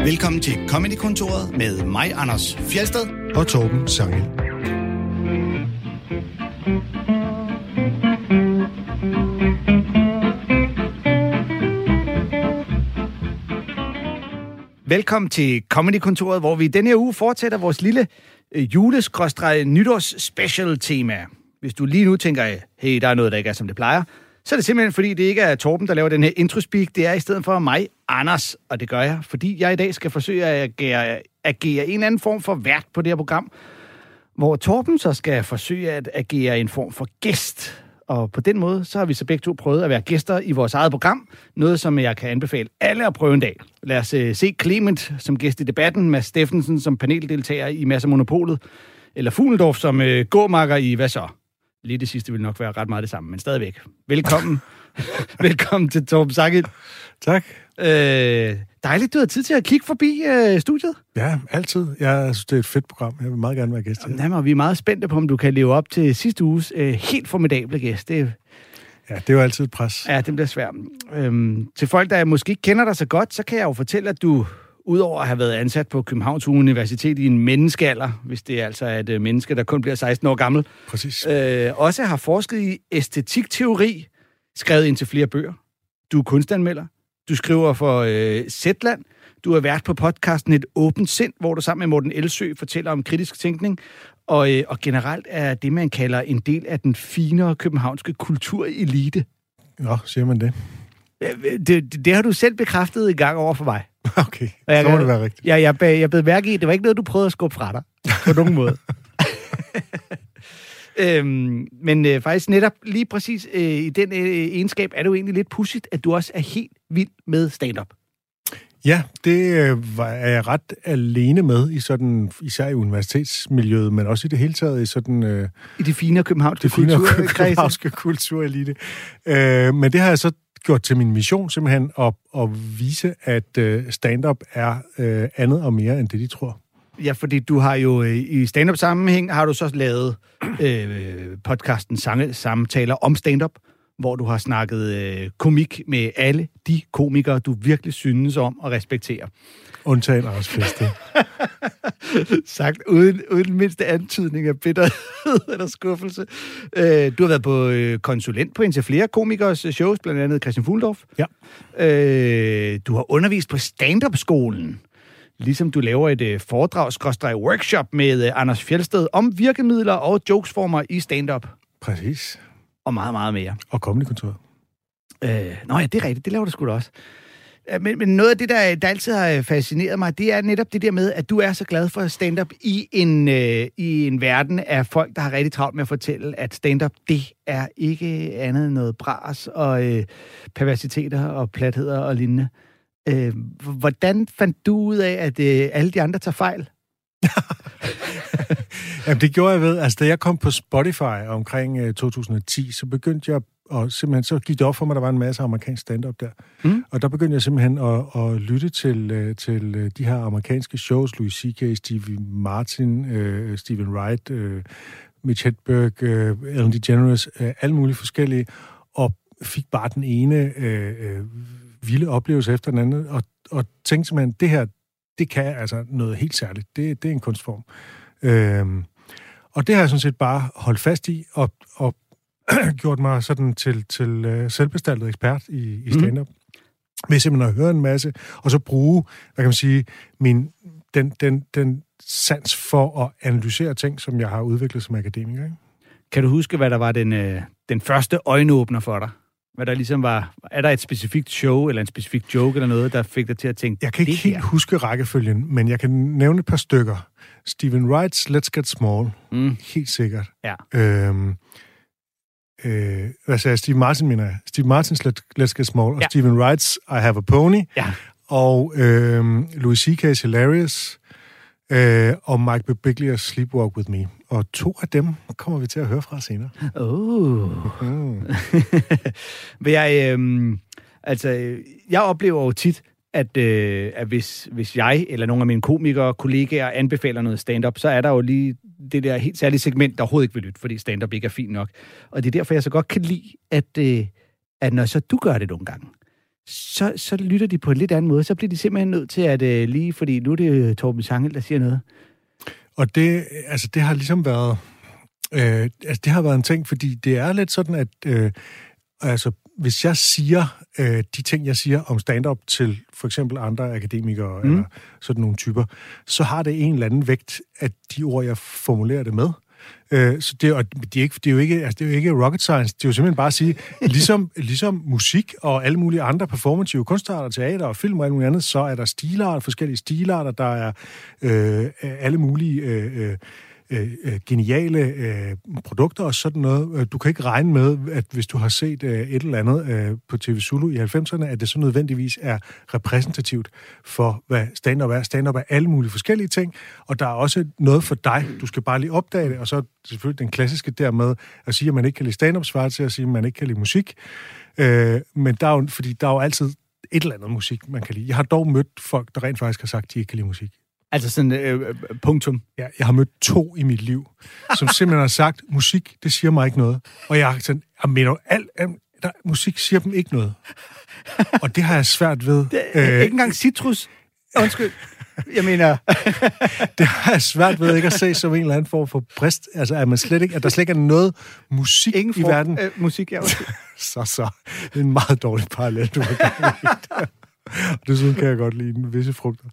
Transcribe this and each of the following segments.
Velkommen til Comedy-kontoret med mig, Anders Fjeldsted og Torben Sangel. Velkommen til Comedy-kontoret, hvor vi denne her uge fortsætter vores lille juleskråstreg-nytårs-special-tema. Hvis du lige nu tænker, hey, der er noget, der ikke er, som det plejer, så er det simpelthen, fordi det ikke er Torben, der laver den her introspeak. Det er i stedet for mig, Anders, og det gør jeg, fordi jeg i dag skal forsøge at agere en anden form for vært på det her program, hvor Torben så skal forsøge at agere en form for gæst. Og på den måde, så har vi så begge to prøvet at være gæster i vores eget program. Noget, som jeg kan anbefale alle at prøve en dag. Lad os se Clement som gæst i debatten, Mads Steffensen som paneldeltager i Mads og Monopolet, eller Fuglendorf som gåmakker i hvad så? Lige det sidste vil nok være ret meget det samme, men stadigvæk. Velkommen. Velkommen til Torben Sangel. Tak. Dejligt, du har tid til at kigge forbi studiet. Ja, altid. Jeg synes, det er et fedt program. Jeg vil meget gerne være gæst. Jamen, vi er meget spændte på, om du kan leve op til sidste uges helt formidable gæst. Ja, det er jo altid et pres. Ja, det bliver svært. Til folk, der måske ikke kender dig så godt, så kan jeg jo fortælle, at du udover at have været ansat på Københavns Universitet i en menneskealder, hvis det er altså et menneske, der kun bliver 16 år gammel. Præcis. Også har forsket i æstetikteori, skrevet ind til flere bøger. Du er kunstanmelder. Du skriver for Zetland. Du har været på podcasten Et Åbent Sind, hvor du sammen med Morten Elsø fortæller om kritisk tænkning. Og generelt er det, man kalder en del af den finere københavnske kulturelite. Nå, siger man det? Det har du selv bekræftet i gang over for mig. Okay, så må det være rigtigt. Ja, jeg bed mærke i, det var ikke noget, du prøvede at skubbe fra dig. På nogen måde. Men faktisk netop lige præcis i den egenskab er det jo egentlig lidt pudsigt, at du også er helt vild med stand-up. Ja, det er jeg ret alene med i sådan, især i universitetsmiljøet, men også i det hele taget i sådan... I det fine københavnske kulturelite. Men det har jeg så gjort til min mission simpelthen at vise, at stand-up er andet og mere end det, de tror. Ja, fordi du har jo i stand-up-sammenhæng, har du så lavet podcasten Samtaler om stand-up, hvor du har snakket komik med alle de komikere, du virkelig synes om og respekterer. Undtagen Anders Fjeldsted. Sagt uden mindste antydning af bitterhed eller skuffelse. Du har været på konsulent på indtil flere komikers shows, blandt andet Christian Fuglendorf. Ja. Du har undervist på stand-up-skolen, ligesom du laver et foredrag/workshop med Anders Fjeldsted om virkemidler og jokesformer i stand-up. Præcis. Og meget, meget mere. Og Comedy-kontoret. Nå ja, det er rigtigt. Det laver du sgu da også. Men noget af det, der altid har fascineret mig, det er netop det der med, at du er så glad for stand-up i en verden af folk, der har rigtig travlt med at fortælle, at stand-up, det er ikke andet end noget bras og perversiteter og platheder og lignende. Hvordan fandt du ud af, at alle de andre tager fejl? Jamen, det gjorde jeg ved. Altså, da jeg kom på Spotify omkring 2010, så begyndte jeg simpelthen, så gik det op for mig, at der var en masse amerikansk stand-up der. Mm. Og der begyndte jeg simpelthen at lytte til de her amerikanske shows, Louis C.K., Steve Martin, Stephen Wright, Mitch Hedberg, Ellen DeGeneres, alle mulige forskellige, og fik bare den ene vilde oplevelse efter den anden, og tænkte simpelthen, det her, det kan altså noget helt særligt. Det er en kunstform. Og det har jeg sådan set bare holdt fast i, og gjort mig sådan til selvbestaltet ekspert i stand-up. Ved simpelthen at høre en masse, og så bruge, hvad kan man sige, den sans for at analysere ting, som jeg har udviklet som akademiker. Ikke? Kan du huske, hvad der var den første øjenåbner for dig? Hvad der ligesom var... Er der et specifikt show, eller en specifik joke, eller noget, der fik dig til at tænke... Jeg kan ikke helt huske rækkefølgen, men jeg kan nævne et par stykker. Stephen Wrights Let's Get Small. Helt sikkert. Ja. Hvad sagde jeg? Steve Martin, mener jeg. Steve Martins Let's Get Small, og Stephen Wrights I Have a Pony. Ja. Og Louis C.K.'s Hilarious. Og Mike Birbiglia's Sleepwalk With Me. Og 2 af dem kommer vi til at høre fra senere. Jeg oplever jo tit, at hvis jeg eller nogle af mine komikere og kollegaer anbefaler noget stand-up, så er der jo lige det der helt særlige segment, der overhovedet ikke vil lytte, fordi stand-up ikke er fint nok. Og det er derfor, jeg så godt kan lide, at når så du gør det nogle gange, så lytter de på en lidt anden måde. Så bliver de simpelthen nødt til at lige, fordi nu er det Torben Sangel, der siger noget. Og det har ligesom været... det har været en ting, fordi det er lidt sådan, at hvis jeg siger de ting, jeg siger om stand-up til for eksempel andre akademikere eller sådan nogle typer, så har det en eller anden vægt af de ord, jeg formulerer det med. Så det er jo ikke rocket science. Det er jo simpelthen bare at sige, ligesom musik og alle mulige andre performative kunstarter, teater og film og alt muligt andet, så er der stilarter, forskellige stilarter, der er alle mulige geniale produkter og sådan noget. Du kan ikke regne med, at hvis du har set et eller andet på TV Zulu i 90'erne, at det så nødvendigvis er repræsentativt for, hvad stand-up er. Stand-up er alle mulige forskellige ting, og der er også noget for dig. Du skal bare lige opdage det, og så selvfølgelig den klassiske dermed at sige, at man ikke kan lide stand-up, svarer til at sige, at man ikke kan lide musik. Men der er jo altid et eller andet musik, man kan lide. Jeg har dog mødt folk, der rent faktisk har sagt, at de ikke kan lide musik. Altså sådan punktum. Ja, jeg har mødt 2 i mit liv, som simpelthen har sagt, musik, det siger mig ikke noget. Og jeg har sådan, musik siger dem ikke noget. Og det har jeg svært ved. Ikke engang citrus. Undskyld. Jeg mener... det har jeg svært ved ikke at se som en eller anden form for brist. Altså, at der slet ikke er noget musik i verden. Musik, ja. Så. Det er en meget dårlig parallel, du har gang. Desuden kan jeg godt lide en visse frugter.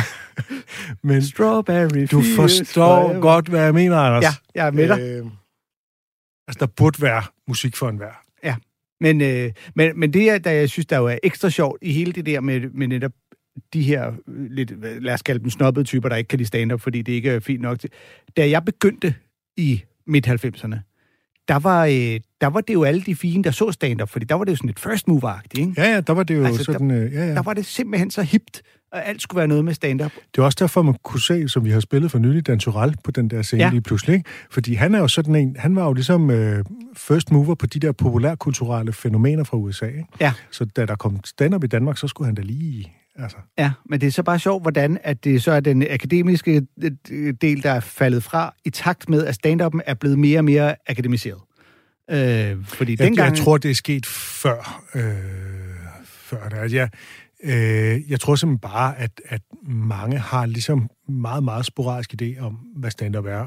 Men Strawberry du forstår godt, hvad jeg mener, Anders. Ja, jeg er med dig. Der burde være musik for enhver. Ja, men det er, der jeg synes, der jo er ekstra sjovt i hele det der med netop de her lidt, lad os kalde dem snobbede typer, der ikke kan lide stand-up, fordi det ikke er fint nok til. Da jeg begyndte i midt-90'erne, der var det jo alle de fine, der så stand-up, fordi der var det jo sådan et first move-agtigt, ikke? Ja, der var det jo altså, sådan... Der var det simpelthen så hipt, og alt skulle være noget med stand-up. Det var også derfor, man kunne se, som vi har spillet for nylig, Dan Turell på den der scene lige pludselig, ikke? Fordi han er jo sådan en... Han var jo ligesom first mover på de der populærkulturelle fænomener fra USA, ikke? Ja. Så da der kom stand-up i Danmark, så skulle han da lige... Altså. Ja, men det er så bare sjovt, hvordan at det så er den akademiske del, der er faldet fra, i takt med, at stand-up'en er blevet mere og mere akademiseret. Fordi dengang... Jeg tror, det er sket før det. Jeg tror simpelthen bare, at mange har ligesom meget, meget sporadisk idé om, hvad stand-up er,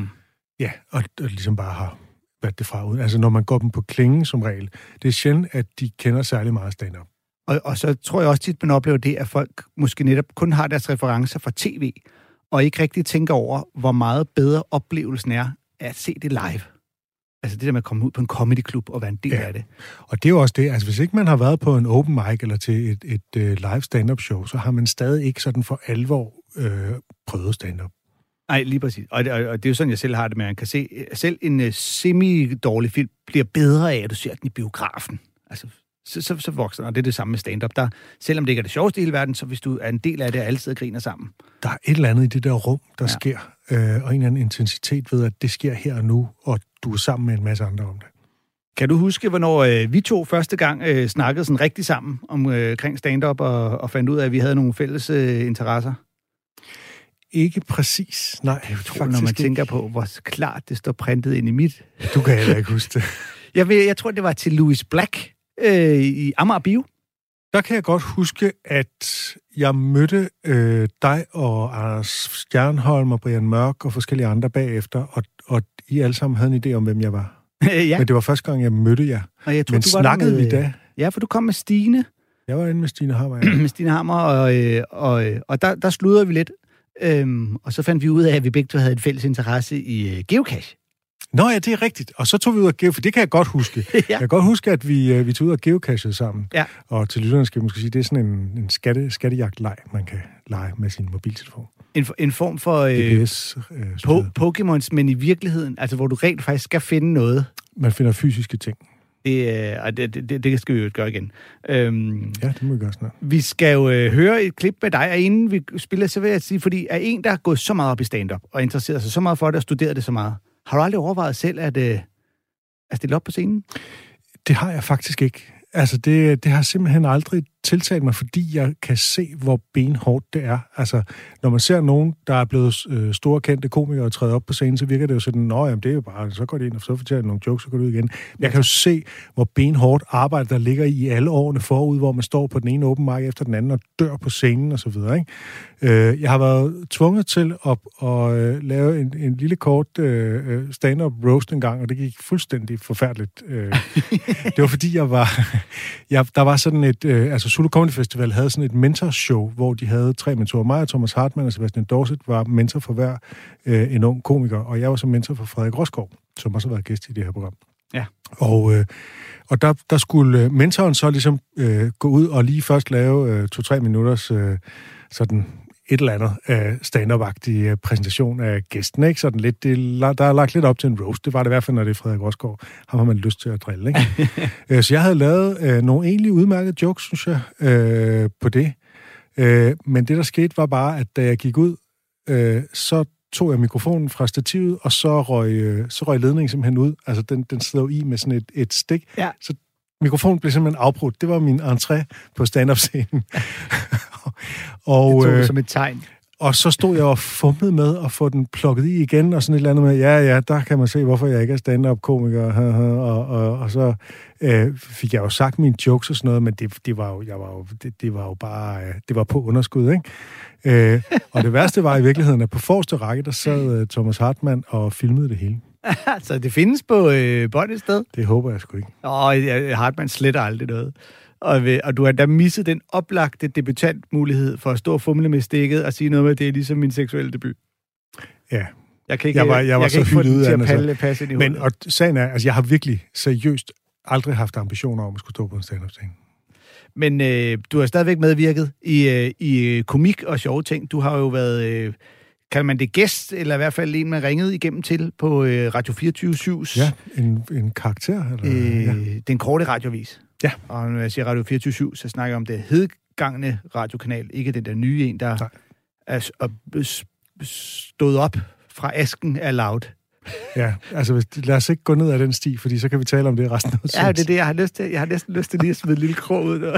og ligesom bare har været det fra uden. Altså, når man går dem på klingen som regel, det er sjældent, at de kender særlig meget stand-up. Og så tror jeg også tit, man oplever det, at folk måske netop kun har deres referencer fra tv, og ikke rigtig tænker over, hvor meget bedre oplevelsen er at se det live. Altså det der med at komme ud på en comedyklub og være en del af det. Og det er jo også det, altså hvis ikke man har været på en open mic eller til et live stand-up show, så har man stadig ikke sådan for alvor prøvet stand-up. Nej, lige præcis. Og det er jo sådan, jeg selv har det med, at man kan se, selv en semi-dårlig film bliver bedre af, at du ser den i biografen. Altså så vokser den, og det er det samme med stand-up. Der, selvom det ikke er det sjoveste i hele verden, så hvis du er en del af det, og alle sidder og griner sammen. Der er et eller andet i det der rum, der sker, og en eller anden intensitet ved, at det sker her og nu, og du er sammen med en masse andre om det. Kan du huske, hvornår vi to første gang snakkede sådan rigtig sammen omkring stand-up, og fandt ud af, at vi havde nogle fælles interesser? Ikke præcis, nej. Jeg tror, når man tænker på, hvor klart det står printet ind i mit. Du kan heller ikke huske det. Jeg tror, det var til Louis Black i Amager Bio. Der kan jeg godt huske, at jeg mødte dig og Anders Stjernholm og Brian Mørk og forskellige andre bagefter, og I alle sammen havde en idé om, hvem jeg var. Ja. Men det var første gang, jeg mødte jer. Og jeg tror, men snakkede vi da? Ja, for du kom med Stine. Jeg var inde med Stine Hammer, ja. Med Stine Hammer, og der sludrede vi lidt. Og så fandt vi ud af, at vi begge to havde en fælles interesse i geocache. Nå ja, det er rigtigt. Og så tog vi ud og geocache, for det kan jeg godt huske. Ja. Jeg kan godt huske, at vi tog ud og geocachede sammen. Ja. Og til lytterne skal jeg måske sige, det er sådan en skattejagt-leg, man kan lege med sin mobiltelefon. En form for Pokémons, men i virkeligheden, altså hvor du rent faktisk skal finde noget. Man finder fysiske ting. Det skal vi jo gøre igen. Ja, det må vi gøre snart. Vi skal jo høre et klip med dig, og inden vi spiller, så vil jeg sige, fordi er en, der er gået så meget op i stand-up, og interesseret sig så meget for det, og studeret det så meget, har du aldrig overvejet selv at stille op på scenen? Det har jeg faktisk ikke. Altså, det har simpelthen aldrig tiltalt mig, fordi jeg kan se, hvor benhårdt det er. Altså, når man ser nogen, der er blevet store kendte komikere og træde op på scenen, så virker det jo sådan, jamen det er jo bare, så går det ind, og så fortæller nogle jokes, så går det ud igen. Men jeg kan jo se, hvor benhårdt arbejde der ligger i alle årene forud, hvor man står på den ene open mic efter den anden og dør på scenen og så videre, ikke? Jeg har været tvunget til at lave en lille kort stand-up roast en gang, og det gik fuldstændig forfærdeligt. Det var fordi, der var sådan et... altså, Zulu Comedy Festival havde sådan et mentorshow, hvor de havde 3 mentorer. Mig og Thomas Hartmann og Sebastian Dorset var mentor for hver en ung komiker, og jeg var så mentor for Frederik Roskov, som også har været gæst i det her program. Ja. Og der skulle mentoren så ligesom gå ud og lige først lave 2-3 minutters sådan et eller andet stand-up-agtig præsentation af gæsten, ikke? Sådan lidt, der er lagt lidt op til en roast. Det var det i hvert fald, når det er Frederik Rosgaard. Ham har man lyst til at drille, ikke? Så jeg havde lavet nogle egentlig udmærkede jokes, synes jeg, på det. Men det, der skete, var bare, at da jeg gik ud, så tog jeg mikrofonen fra stativet, og så røg ledningen simpelthen ud. Altså, den sidder jo i med sådan et stik. Ja. Så mikrofonen blev simpelthen afbrudt. Det var min entré på stand-up-scenen. Og, det tog som et tegn. Og så stod jeg og fumlede med at få den plukket i igen, og sådan et eller andet med, ja, der kan man se, hvorfor jeg ikke er stand-up-komiker. Og så fik jeg jo sagt mine jokes og sådan noget, men det var jo bare, det var på underskud, ikke? Og det værste var i virkeligheden, at på forreste række, der sad Thomas Hartmann og filmede det hele. Så det findes på bånd et sted? Det håber jeg sgu ikke. Hartmann sletter aldrig noget. Og du har da misset den oplagte debutantmulighed for at stå og fumle med stikket og sige noget med, at det er ligesom min seksuelle debut. Ja. Jeg var så hyldet ud af den. Men sagen er, altså jeg har virkelig seriøst aldrig haft ambitioner om at skulle stå på en stand-up-scene. Men du har stadigvæk medvirket i komik og sjove ting. Du har jo været... Kan man det gæst, eller i hvert fald en, man ringede igennem til på Radio 24/7's... Ja, en karakter. Eller, Den korte radiovis. Ja. Og når jeg siger Radio 24/7, så snakker jeg om det hedgangne radiokanal, ikke den der nye en, der er stået op fra asken af Loud. Ja, altså lad os ikke gå ned ad den sti, fordi så kan vi tale om det resten af tiden. Ja, det er det, jeg har lyst til. Jeg har næsten lyst til lige at smide et lille krog ud.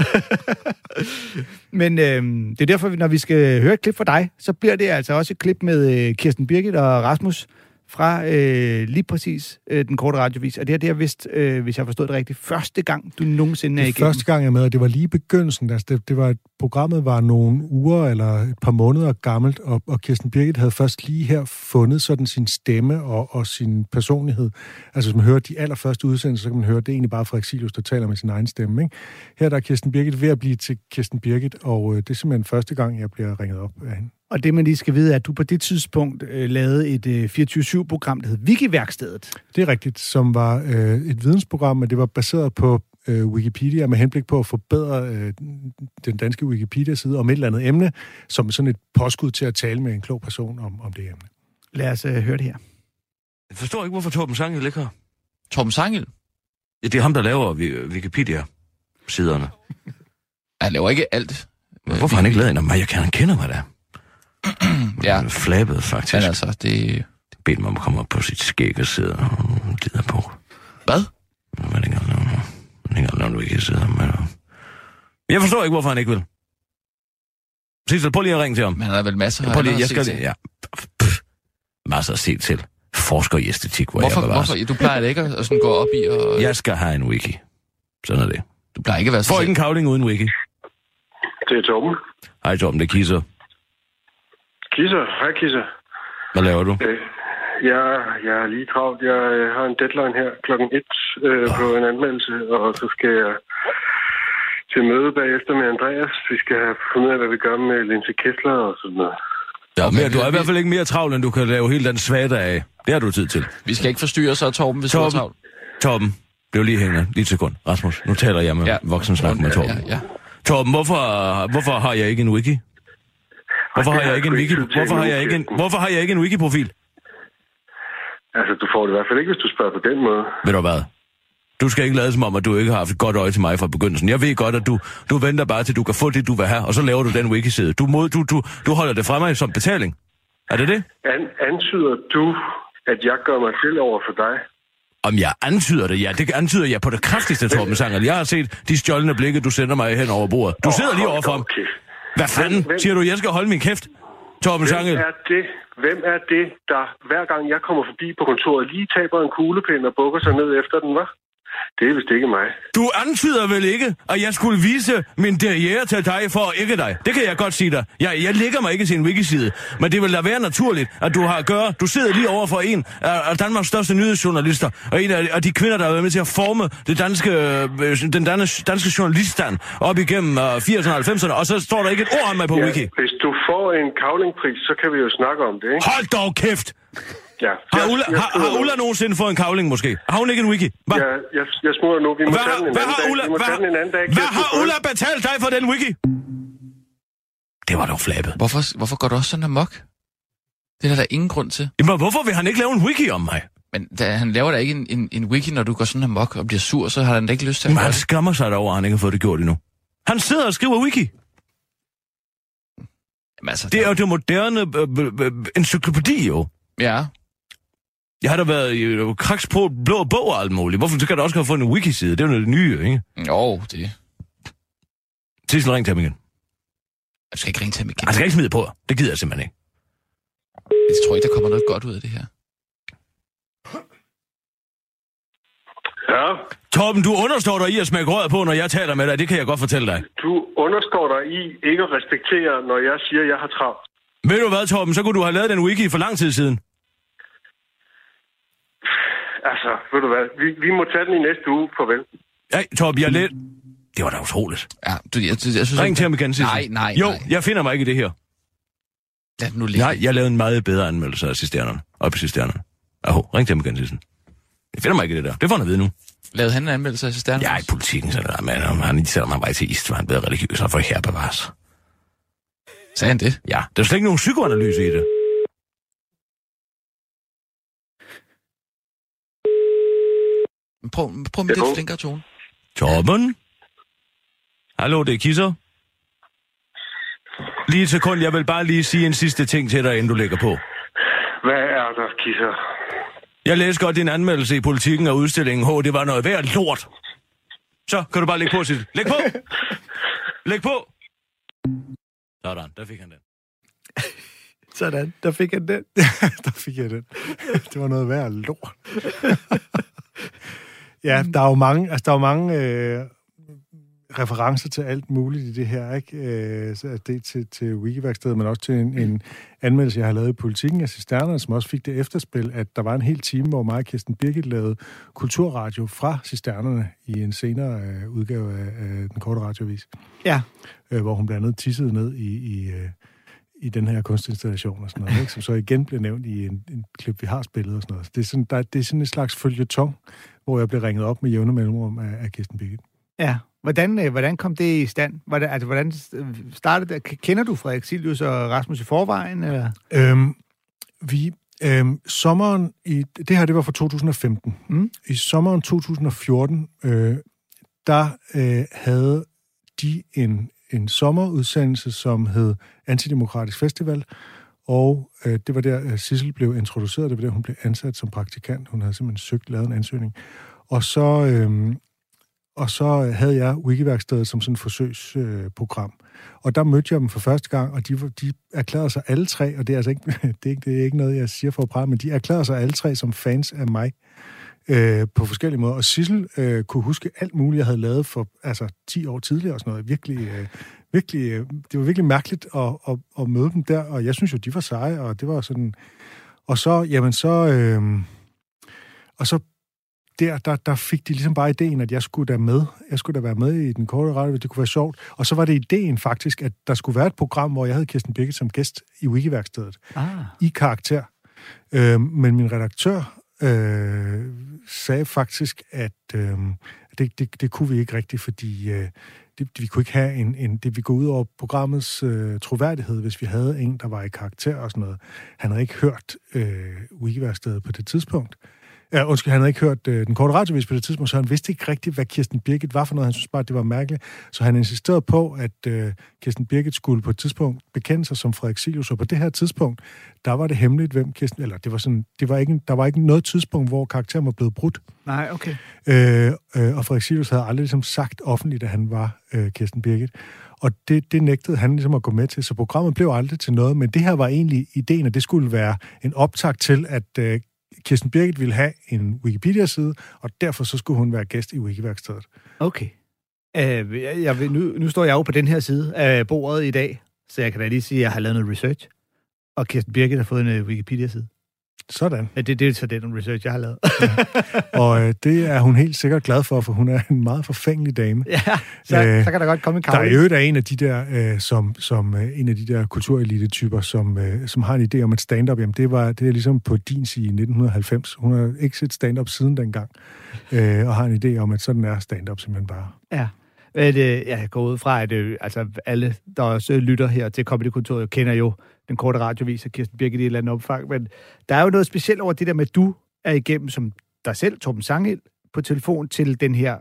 Men det er derfor, når vi skal høre et klip fra dig, så bliver det altså også et klip med Kirsten Birgit og Rasmus fra lige præcis den korte radiovis. Og det er vist, hvis jeg har forstået det rigtigt, første gang, du nogensinde er igennem. Første gang jeg er med, og det var lige begyndelsen. Altså programmet var nogle uger eller et par måneder gammelt, og Kirsten Birgit havde først lige her fundet sådan sin stemme og sin personlighed. Altså hvis man hører de allerførste udsendelser, så kan man høre, det er egentlig bare Frederik Silius, der taler med sin egen stemme. Ikke? Her der er Kirsten Birgit ved at blive til Kirsten Birgit, og det er simpelthen første gang, jeg bliver ringet op af hende. Og det, man lige skal vide, er, at du på det tidspunkt lavede et 24/7-program, der hed Wikiværkstedet. Det er rigtigt, som var et vidensprogram, men det var baseret på Wikipedia med henblik på at forbedre den danske Wikipedia-side om et eller andet emne, som sådan et påskud til at tale med en klog person om det emne. Lad os høre det her. Jeg forstår ikke, hvorfor Torben Sangel ligger her. Torben Sangel? Ja, det er ham, der laver Wikipedia-siderne. Han laver ikke alt. Men hvorfor har han ikke lavet en af mig? Han kender mig da. Ja. Flabet, faktisk. Men altså, det... Bedt mig om at komme op på sit skæg og sidde og gider på. Hvad? Hvad er det ikke, du ikke sidder med? Jeg forstår ikke, hvorfor han ikke vil. Sissel, prøv lige at ringe til ham. Men han har vel masser af masser at se til. Forsker i æstetik, hvorfor? Du plejer det ikke at sådan gå op i og... Jeg skal have en wiki. Sådan er det. Du plejer ikke at være så... Får ikke en kavling uden wiki. Det er Torben. Hej Torben, det er Kisser. Kisser? Hej Kisser. Hvad laver du? Jeg er lige travlt. Jeg har en deadline her klokken 1 på en anmeldelse, og så skal jeg til møde bagefter med Andreas. Vi skal have fundet ud af, hvad vi gør med Linse Kessler og sådan noget. Ja, men du er i hvert fald ikke mere travlt, end du kan lave hele den svada af. Det har du tid til. Vi skal ikke forstyrre så, Torben, hvis du er travlt. Torben, blev lige hængende. Lige et sekund. Rasmus, nu taler jeg med voksensnak med Torben. Ja. Torben, hvorfor har jeg ikke en wiki? Hvorfor har jeg ikke en wiki-profil? Altså, du får det i hvert fald ikke, hvis du spørger på den måde. Ved du hvad? Du skal ikke lade som om, at du ikke har haft et godt øje til mig fra begyndelsen. Jeg ved godt, at du venter bare til, du kan få det, du vil have, og så laver du den wiki-side. Du holder det fra mig som betaling. Er det det? Antyder du, at jeg gør mig til over for dig? Om jeg antyder det? Ja, det antyder jeg på det kraftigste, Torben Sanger. Jeg har set de stjålne blikke, du sender mig hen over bordet. Du sidder lige overfor ham. Hvad fanden? Siger du, jeg skal holde min kæft? Torben Sanger. Hvem er det, der hver gang jeg kommer forbi på kontoret, lige taber en kuglepind og bukker sig ned efter den, hva'? Det er vist ikke mig. Du antyder vel ikke, at jeg skulle vise min derriere til dig for at ikke dig? Det kan jeg godt sige dig. Jeg lægger mig ikke til en wikiside, men det vil da være naturligt, at du har at gøre. Du sidder lige over for en af Danmarks største nyhedsjournalister, og en af de kvinder, der har været med til at forme den danske journaliststand op igennem 80'erne og 90'erne, og så står der ikke et ord om mig på wiki. Hvis du får en kavlingpris, så kan vi jo snakke om det, ikke? Hold dog kæft! Ja. Har Ulla nogensinde fået en kavling, måske? Har hun ikke en wiki? Hva? Ja, jeg smutter nu. Vi må tage den en anden dag. Hvad har Ulla betalt dig for den wiki? Det var dog flabet. Hvorfor går du også sådan amok? Det er der ingen grund til. Jamen, hvorfor vil han ikke lave en wiki om mig? Men han laver da ikke en wiki, når du går sådan amok og bliver sur, så har han da ikke lyst til at gøre det. Han skammer sig derover, at han ikke har fået det gjort endnu. Han sidder og skriver wiki. Jamen, altså, det er jo det moderne encyklopædi, jo. Ja. Jeg har da været i kraks på blå bog og alt muligt. Hvorfor så kan du også have fået en wiki-side? Det er jo noget nye, ikke? Jo, det. Sissel, ring til ham igen. Jeg skal ikke ringe til ham igen. Han skal ikke smide på. Det gider jeg simpelthen ikke. Jeg tror ikke, der kommer noget godt ud af det her. Ja. Torben, du understår dig i at smække røret på, når jeg taler med dig. Det kan jeg godt fortælle dig. Du understår dig i ikke at respektere, når jeg siger, at jeg har travlt. Ved du hvad, Torben? Så kunne du have lavet den wiki for lang tid siden. Altså, ved du hvad? Vi må tage den i næste uge. Farvel. Ja, Torben, det var da utroligt. Ja, jeg synes, ring til ham igen, Sissel. Nej. Jo, jeg finder mig ikke i det her. Lad nu ligge. Nej, jeg lavede en meget bedre anmeldelse af Cisternerne. Op i Cisternerne. Ring til ham igen, Sissel. Jeg finder mig ikke i det der. Det får han at vide nu. Lavede han en anmeldelse af Cisternerne? Ja, i politikken, så der, men han selvom han var ateist, var han bedre religiøs og for her bevares. Sagde han det? Ja, der er slet ikke nogen psykoanalyse i det. Prøv med lidt flinkere tone. Torben? Hallo, det er Kisser. Lige et sekund, jeg vil bare lige sige en sidste ting til dig, inden du lægger på. Hvad er der, Kisser? Jeg læste godt din anmeldelse i Politikken og udstillingen. Det var noget værd lort. Så kan du bare lægge på, Sissel. Læg på! Læg på! Sådan, der fik han den. Sådan, der fik han den. Der fik jeg den. Det var noget værd lort. Ja, der er jo mange referencer til alt muligt i det her, ikke? Så det til Wikiværkstedet, men også til en anmeldelse, jeg har lavet i Politikken af Cisternerne, som også fik det efterspil, at der var en hel time, hvor mig og Kirsten Birgit lavede kulturradio fra Cisternerne i en senere udgave af den korte radioavis. Ja. Hvor hun blandt andet tissede ned i den her kunstinstallation og sådan noget, ikke? Som så igen blev nævnt i en klip, vi har spillet og sådan noget. Det er sådan en slags føljeton, hvor jeg blev ringet op med jævne mellemrum af Kirsten Birgit. Ja. Hvordan kom det i stand? Hvordan startede det? Kender du Frederik Silvius og Rasmus i forvejen? Eller? Sommeren det her, det var fra 2015. I sommeren 2014, der havde de en sommerudsendelse, som hed Antidemokratisk Festival, og det var der, Sissel blev introduceret, det var der, hun blev ansat som praktikant. Hun havde simpelthen lavet en ansøgning. Og så havde jeg Wikiværkstedet som sådan et forsøgsprogram. Og der mødte jeg dem for første gang, og de erklærede sig alle tre, og det er altså ikke, det er ikke noget, jeg siger for at prale, men de erklærede sig alle tre som fans af mig på forskellige måder. Og Sissel kunne huske alt muligt, jeg havde lavet for 10 år tidligere og sådan noget. Det var virkelig mærkeligt at møde dem der, og jeg synes jo, de var seje, og det var sådan... Og så, der fik de ligesom bare ideen, at jeg skulle da med. Jeg skulle da være med i den korte radio, det kunne være sjovt. Og så var det ideen faktisk, at der skulle være et program, hvor jeg havde Kirsten Birgit som gæst i Wikiværkstedet. I karakter. Men min redaktør sagde faktisk, at det kunne vi ikke rigtigt, fordi vi kunne ikke have det vi går ud over programmets troværdighed, hvis vi havde en, der var i karakter og sådan noget. Han havde ikke hørt Wikiværkstedet på det tidspunkt. Ja, undskyld, han havde ikke hørt den korte radiovis på det tidspunkt, så han vidste ikke rigtigt, hvad Kirsten Birgit var for noget. Han synes bare, det var mærkeligt. Så han insisterede på, at Kirsten Birgit skulle på et tidspunkt bekende sig som Frederik Cilius, og på det her tidspunkt, der var det hemmeligt, hvem Kirsten... Eller det var sådan, der var ikke noget tidspunkt, hvor karakteren var blevet brudt. Nej, okay. Og Frederik Cilius havde aldrig ligesom sagt offentligt, at han var Kirsten Birgit. Og det nægtede han ligesom at gå med til, så programmet blev aldrig til noget, men det her var egentlig ideen, at det skulle være en optakt til, at Kirsten Birgit ville have en Wikipedia-side, og derfor så skulle hun være gæst i Wikiværkstedet. Okay. Nu står jeg jo på den her side af bordet i dag, så jeg kan da lige sige, at jeg har lavet noget research, og Kirsten Birgit har fået en Wikipedia-side. Sådan. Ja, det er så den research, jeg har lavet. Ja. Og det er hun helt sikkert glad for hun er en meget forfængelig dame. Ja, så kan der godt komme en kavle. Der er jo en af de der, som en af de der kulturelite-typer, som har en idé om, at stand-up, jamen det er ligesom på din side i 1990. Hun har ikke set stand-up siden dengang, og har en idé om, at sådan er stand-up simpelthen bare. Ja. Jeg går ud fra, at altså alle, der også lytter her til Comedy-kontoret, kender jo den korte radiovis af Kirsten Birgit i et eller andet omfang, men der er jo noget specielt over det der med, at du er igennem som dig selv, Torben Sangel, på telefon til den her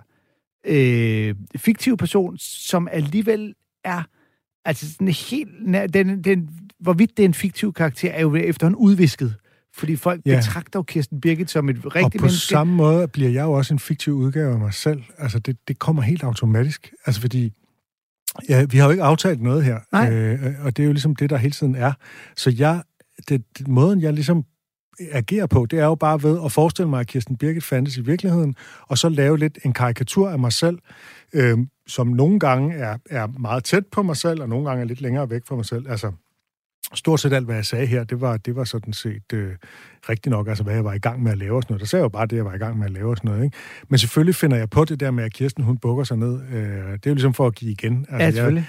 fiktive person, som alligevel er altså sådan helt... hvorvidt det er en fiktiv karakter, er jo efterhånden udvisket. Fordi folk betragter jo Kirsten Birgit som et rigtigt menneske. Og på samme måde bliver jeg jo også en fiktiv udgave af mig selv. Altså, det kommer helt automatisk. Altså, fordi vi har jo ikke aftalt noget her. Og det er jo ligesom det, der hele tiden er. Så måden, jeg ligesom agerer på, det er jo bare ved at forestille mig, at Kirsten Birgit fandtes i virkeligheden, og så lave lidt en karikatur af mig selv, som nogle gange er meget tæt på mig selv, og nogle gange er lidt længere væk fra mig selv. Altså, stort set alt, hvad jeg sagde her, det var sådan set rigtigt nok, altså hvad jeg var i gang med at lave og sådan noget. Der sagde jeg jo bare det, jeg var i gang med at lave og sådan noget, ikke? Men selvfølgelig finder jeg på det der med, at Kirsten, hun bukker sig ned. Det er jo ligesom for at give igen. Altså, ja, selvfølgelig.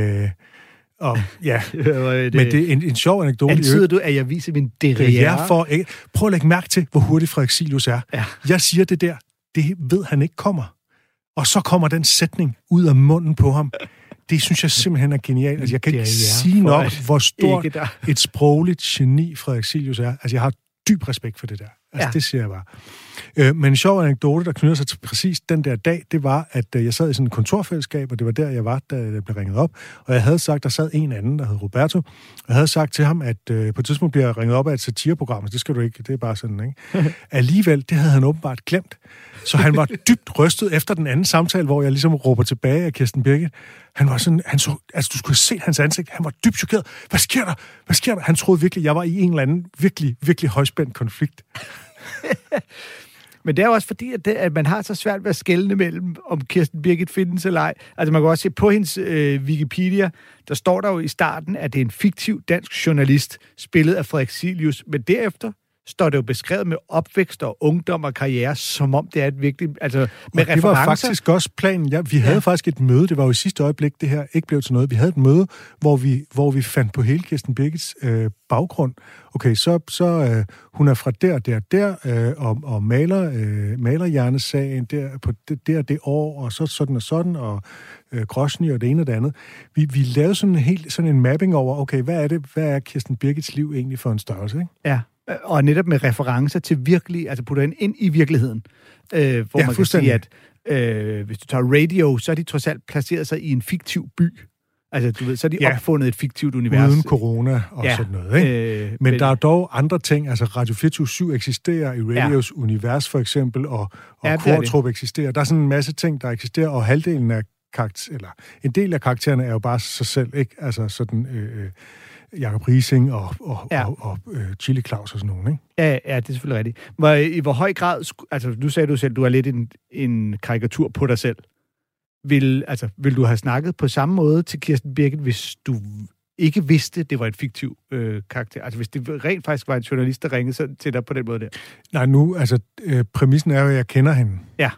Og ja, men det er en sjov anekdote. Antyder du, at jeg viser min derrière? Prøv at lægge mærke til, hvor hurtigt Frederik Cilius er. Ja. Jeg siger det der, det ved han ikke kommer. Og så kommer den sætning ud af munden på ham. Det synes jeg simpelthen er genialt. Altså, jeg kan ikke sige nok, hvor stort et sprogligt geni Frederik Cilius er. Altså, jeg har dyb respekt for det der. Altså, det siger jeg bare. Men en sjov anekdote, der knytter sig til præcis den der dag, det var, at jeg sad i sådan et kontorfællesskab, og det var der, jeg var, da jeg blev ringet op. Og jeg havde sagt, der sad en anden, der hed Roberto, og jeg havde sagt til ham, at på et tidspunkt bliver jeg ringet op af et satireprogram, så det skal du ikke, det er bare sådan, ikke? Alligevel, det havde han åbenbart glemt. Så han var dybt rystet efter den anden samtale, hvor jeg ligesom råber tilbage af Kirsten Birgit. Han var sådan, han så, altså du skulle se hans ansigt, han var dybt chokeret. Hvad sker der? Hvad sker der? Han troede virkelig, jeg var i en eller anden virkelig, virkelig højspændt konflikt. Men det er jo også fordi, at man har så svært ved at skelne mellem, om Kirsten Birgit findes eller ej. Altså man kan også se på hendes Wikipedia, der står der jo i starten, at det er en fiktiv dansk journalist, spillet af Frederik Cilius, men derefter står det jo beskrevet med opvækst og ungdom og karriere, som om det er et vigtigt... Altså, med det var faktisk også planen. Ja, vi havde faktisk et møde, det var jo i sidste øjeblik, det her ikke blev til noget. Vi havde et møde, hvor vi fandt på hele Kirsten Birgits baggrund. Okay, så hun er fra der, og malerhjernesagen der på det år, og så sådan, og Grosny og det ene og det andet. Vi lavede sådan en mapping over, okay, hvad er Kirsten Birgits liv egentlig for en størrelse, ikke? Ja. Og netop med referencer til virkelig, altså putter ind i virkeligheden. Hvor man kan sige, at hvis du tager radio, så er de trods alt placeret sig i en fiktiv by. Altså, du ved, så er de opfundet et fiktivt univers. Uden corona og sådan noget, ikke? Men der er dog andre ting, altså Radio 24/7 eksisterer i radios univers, for eksempel, og Kvartrup eksisterer. Der er sådan en masse ting, der eksisterer, og halvdelen af en del af karaktererne er jo bare sig selv, ikke? Altså sådan... Jakob Riising og Chili Claus og sådan nogen, ikke? Ja, det er selvfølgelig rigtigt. I hvor høj grad, altså du sagde du selv, du er lidt en karikatur på dig selv. Vil du have snakket på samme måde til Kirsten Birgit, hvis du ikke vidste, det var et fiktiv karakter? Altså hvis det rent faktisk var en journalist, der ringede til dig på den måde der? Nej, nu, altså præmissen er jo, at jeg kender hende. Ja.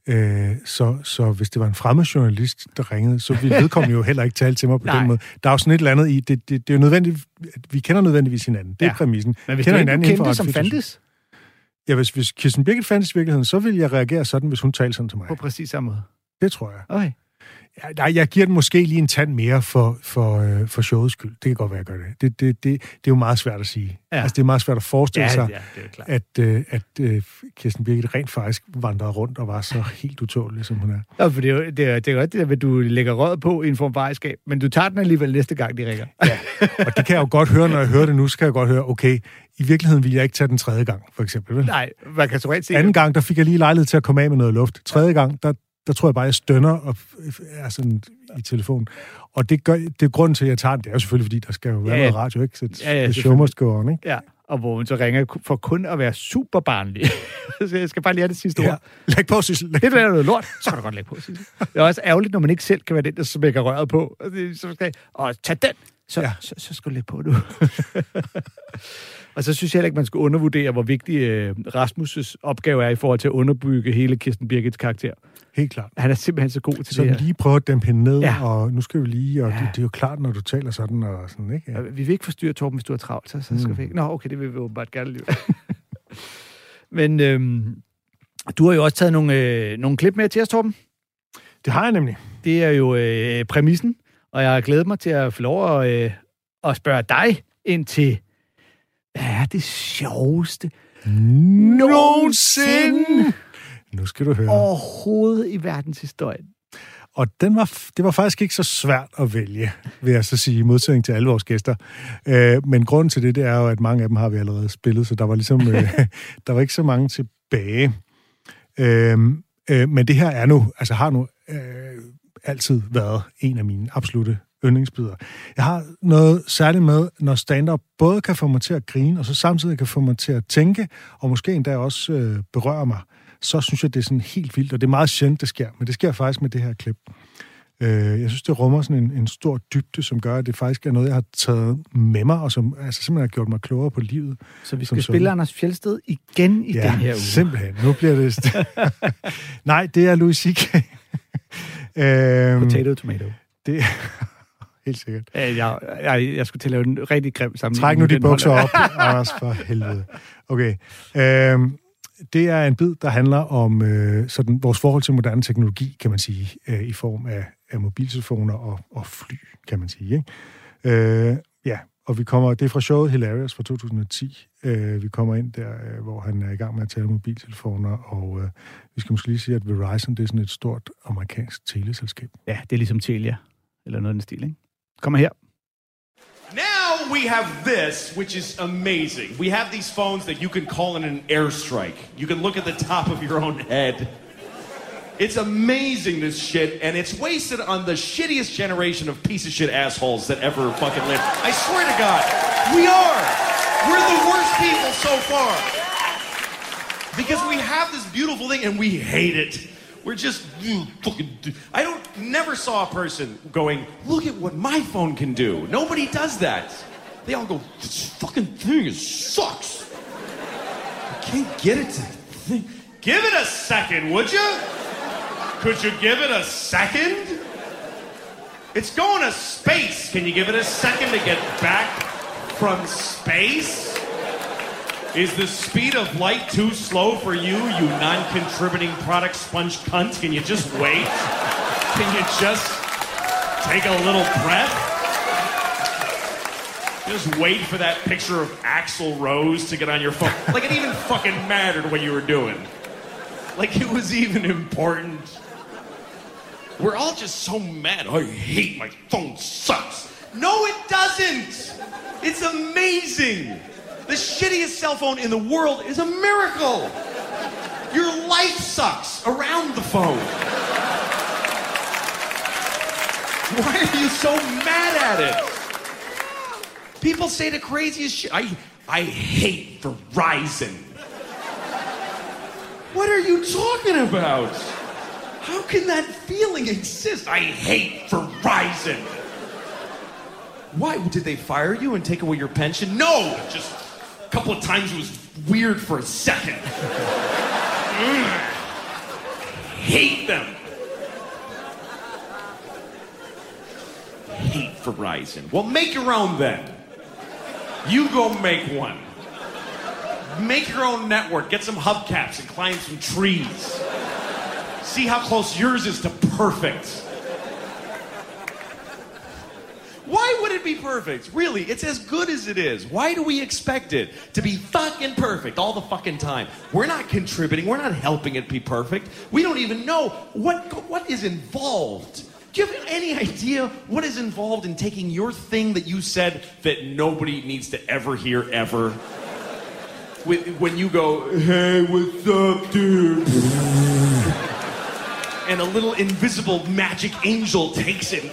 Så hvis det var en fremmed journalist, der ringede, så ville vedkommende jo heller ikke tale til mig på den måde. Der er jo sådan et eller andet i, det er jo nødvendigt, vi kender nødvendigvis hinanden. Det er præmissen. Men hvis du kendte, som fandtes? Ja, hvis Kirsten Birgit fandtes i virkeligheden, så ville jeg reagere sådan, hvis hun talte sådan til mig. På præcis samme måde? Det tror jeg. Okay. Nej, jeg giver den måske lige en tand mere for showets skyld. Det kan godt være, jeg gør det. Det er jo meget svært at sige. Ja. Altså, det er meget svært at forestille sig, at Kirsten Birgit rent faktisk vandrede rundt og var så helt utålig, som hun er. Ja, for det er godt det der, at du lægger røret på i en form for ejerskab, men du tager den alligevel næste gang, de ringer. Ja, og det kan jeg jo godt høre, når jeg hører det nu, så kan jeg godt høre, okay, i virkeligheden vil jeg ikke tage den tredje gang, for eksempel. Vel? Nej, man kan så rent se. Anden gang, der fik jeg lige lejlighed til at komme af med noget luft. Tredje gang, der tror jeg bare, jeg stønner og er sådan i telefonen. Og det er grunden til, at jeg tager den. Det er jo selvfølgelig, fordi der skal jo være noget radio, ikke? Så det show must go on, ikke? Ja, og hvor hun så ringer for kun at være super barnlig. Så jeg skal bare lige have det sidste ord. Læg på, Sissel. Det er noget lort. Så kan du godt lægge på, Sissel. Det er også ærgerligt, når man ikke selv kan være den, der smækker røret på. Og tag den. Så skal du lægge på, du. Og så synes jeg heller ikke, man skal undervurdere, hvor vigtig Rasmus' opgave er i forhold til at underbygge hele Kirsten Birgits karakter. Helt klart. Han er simpelthen så god til så det her. Så lige prøve at dæmpe hende ned, og nu skal vi lige, og det er jo klart, når du taler sådan, og sådan, ikke? Ja. Vi vil ikke forstyrre Torben, hvis du er travlt, så skal vi ikke. Nå, okay, det vil vi åbenbart gerne lige. Men du har jo også taget nogle klip med til os, Torben. Det har jeg nemlig. Det er jo præmissen, og jeg har glædet mig til at få lov at spørge dig ind til, hvad er det sjoveste nogensinde? Nu skal du høre. Overhovedet i verdenshistorien. Og det var faktisk ikke så svært at vælge, vil jeg så sige, i modsætning til alle vores gæster. Men grunden til det er jo, at mange af dem har vi allerede spillet, så der var ligesom der var ikke så mange tilbage. Men det her er nu, altså har nu altid været en af mine absolutte yndlingsbidder. Jeg har noget særligt med, når stand-up både kan få mig til at grine, og så samtidig kan få mig til at tænke, og måske endda også berøre mig, så synes jeg, det er sådan helt vildt, og det er meget sjældent, det sker, men det sker faktisk med det her klip. Jeg synes, det rummer sådan en stor dybde, som gør, at det faktisk er noget, jeg har taget med mig, og som altså simpelthen har gjort mig klogere på livet. Så vi skal spille Anders Fjeldsted igen i den her uge? Simpelthen. Nu bliver det... Nej, det er Louis C.K. Potato, tomato. Det helt sikkert. Jeg skulle til at lave en rigtig grim sammenligning. Træk nu de bukser op, Anders, for helvede. Okay. Det er en bid, der handler om sådan vores forhold til moderne teknologi, kan man sige, i form af mobiltelefoner og fly, kan man sige. Ikke? Og det er fra showet Hilarious fra 2010. Vi kommer ind der, hvor han er i gang med at tale mobiltelefoner, og vi skal måske lige sige, at Verizon, det er sådan et stort amerikansk teleselskab. Ja, det er ligesom Telia, eller noget af den stil, ikke? Kommer her. Now we have this, which is amazing. We have these phones that you can call in an airstrike. You can look at the top of your own head. It's amazing, this shit, and it's wasted on the shittiest generation of piece of shit assholes that ever fucking lived. I swear to God, we are. We're the worst people so far. Because we have this beautiful thing and we hate it. We're just fucking... never saw a person going, look at what my phone can do. Nobody does that. They all go, this fucking thing sucks. I can't get it to think. Give it a second, would you? Could you give it a second? It's going to space. Can you give it a second to get back from space? Is the speed of light too slow for you, you non-contributing product sponge cunt? Can you just wait? Can you just take a little breath? Just wait for that picture of Axl Rose to get on your phone. Like it even fucking mattered what you were doing. Like it was even important. We're all just so mad. I hate my phone sucks. No, it doesn't. It's amazing. The shittiest cell phone in the world is a miracle. Your life sucks around the phone. Why are you so mad at it? People say the craziest shit. I hate Verizon. What are you talking about? How can that feeling exist? I hate Verizon. Why? Did they fire you and take away your pension? No! Just a couple of times it was weird for a second. Hate them. Hate Verizon. Well, make your own then. You go make one. Make your own network. Get some hubcaps and climb some trees. See how close yours is to perfect. be perfect. Really, it's as good as it is. Why do we expect it to be fucking perfect all the fucking time? We're not contributing. We're not helping it be perfect. We don't even know what is involved. Do you have any idea what is involved in taking your thing that you said that nobody needs to ever hear ever? When you go, hey, what's up, dude? And a little invisible magic angel takes it.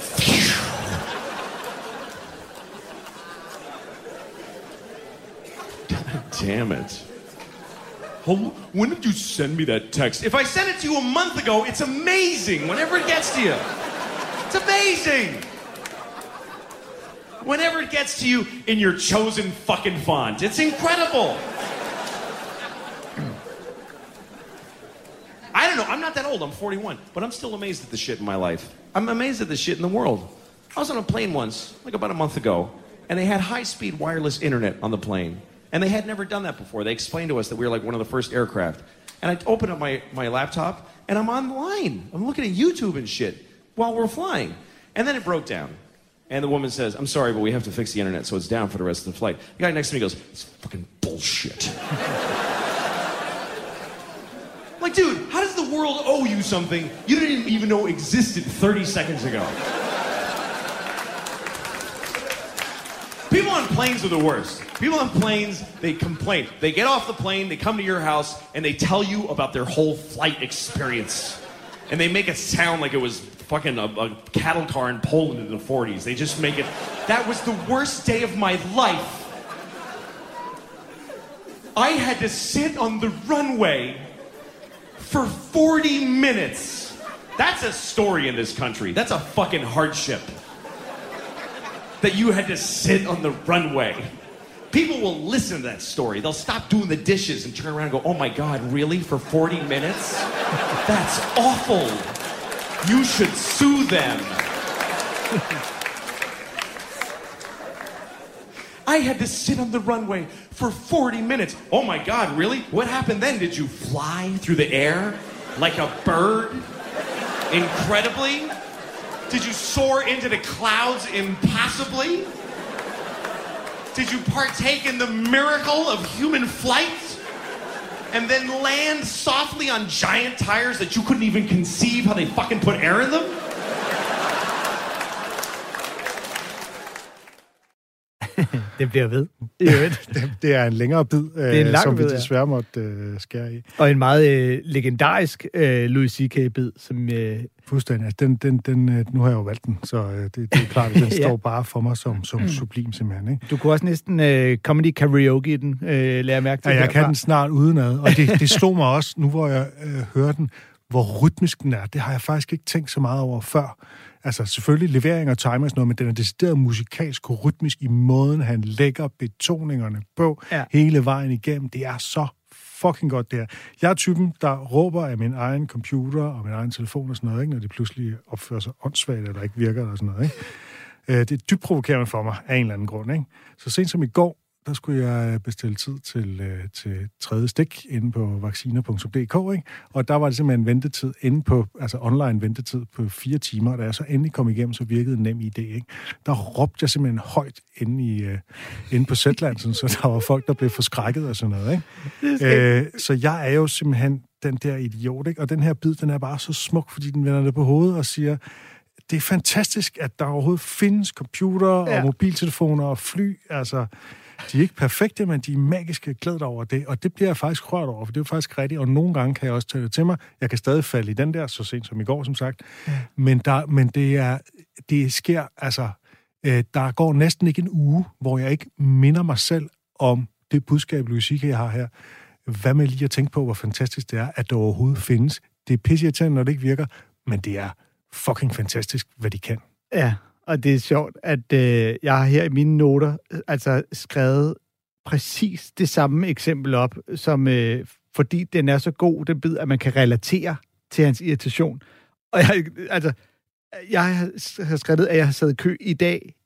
God damn it. When did you send me that text? If I sent it to you a month ago, it's amazing whenever it gets to you. It's amazing. Whenever it gets to you in your chosen fucking font. It's incredible. I don't know, I'm not that old, I'm 41, but I'm still amazed at the shit in my life. I'm amazed at the shit in the world. I was on a plane once, like about a month ago, and they had high-speed wireless internet on the plane. And they had never done that before. They explained to us that we were like one of the first aircraft. And I opened up my laptop, and I'm online. I'm looking at YouTube and shit while we're flying. And then it broke down. And the woman says, I'm sorry, but we have to fix the internet, so it's down for the rest of the flight. The guy next to me goes, it's fucking bullshit. Like, dude, how does the world owe you something you didn't even know existed 30 seconds ago? People on planes are the worst. People on planes, they complain. They get off the plane, they come to your house, and they tell you about their whole flight experience. And they make it sound like it was fucking a cattle car in Poland in the 40s. They just make it... That was the worst day of my life. I had to sit on the runway for 40 minutes. That's a story in this country. That's a fucking hardship. That you had to sit on the runway. People will listen to that story. They'll stop doing the dishes and turn around and go, oh my God, really? For 40 minutes? That's awful. You should sue them. I had to sit on the runway for 40 minutes. Oh my God, really? What happened then? Did you fly through the air like a bird? Incredibly? Did you soar into the clouds impossibly? Did you partake in the miracle of human flight? And then land softly on giant tires that you couldn't even conceive how they fucking put air in them? Det bliver ved. Det er en længere bid, som vi desværre måtte skære i. Og en meget legendarisk Louis C.K.-bid, som... Fuldstændig. Altså, nu har jeg jo valgt den, så det er klart, at den står bare for mig som sublim simpelthen. Ikke? Du kunne også næsten comedy karaoke i den, lære mærke til. Ja, jeg kan den snart udenad, og det slog mig også, nu hvor jeg hører den, hvor rytmisk den er. Det har jeg faktisk ikke tænkt så meget over før. Altså selvfølgelig levering og timing og sådan noget, men den er decideret musikalsk og rytmisk i måden, han lægger betoningerne på hele vejen igennem. Det er så fucking godt, det her. Jeg er typen, der råber af min egen computer og min egen telefon og sådan noget, ikke? Når det pludselig opfører sig åndssvagt, eller ikke virker eller sådan noget. Ikke? Det er dybt provokerende for mig af en eller anden grund. Ikke? Så sent som i går, der skulle jeg bestille tid til tredje stik inde på vacciner.dk, ikke? Og der var det simpelthen ventetid inde på, altså online ventetid på 4 timer, og da jeg så endelig kom igennem, så virkede nem idé, ikke? Der råbte jeg simpelthen højt inde på Zetland, så der var folk, der blev forskrækket og sådan noget, ikke? Så jeg er jo simpelthen den der idiot, ikke? Og den her bid, den er bare så smuk, fordi den vender det på hovedet og siger, det er fantastisk, at der overhovedet findes computer og mobiltelefoner og fly, altså... De er ikke perfekte, men de er magiske. Glæd dig over det, og det bliver jeg faktisk rørt over, for det er jo faktisk rigtigt, og nogle gange kan jeg også tage det til mig. Jeg kan stadig falde i den der, så sent som i går, som sagt. Men det sker, altså, der går næsten ikke en uge, hvor jeg ikke minder mig selv om det budskab, Louis C.K. har her. Hvad med lige at tænke på, hvor fantastisk det er, at det overhovedet findes. Det er pisseirriterende, når det ikke virker, men det er fucking fantastisk, hvad de kan. Ja. Og det er sjovt, at jeg har her i mine noter altså skrevet præcis det samme eksempel op, som fordi den er så god, den bid, at man kan relatere til hans irritation. Og jeg har skrevet, at jeg har siddet i kø i dag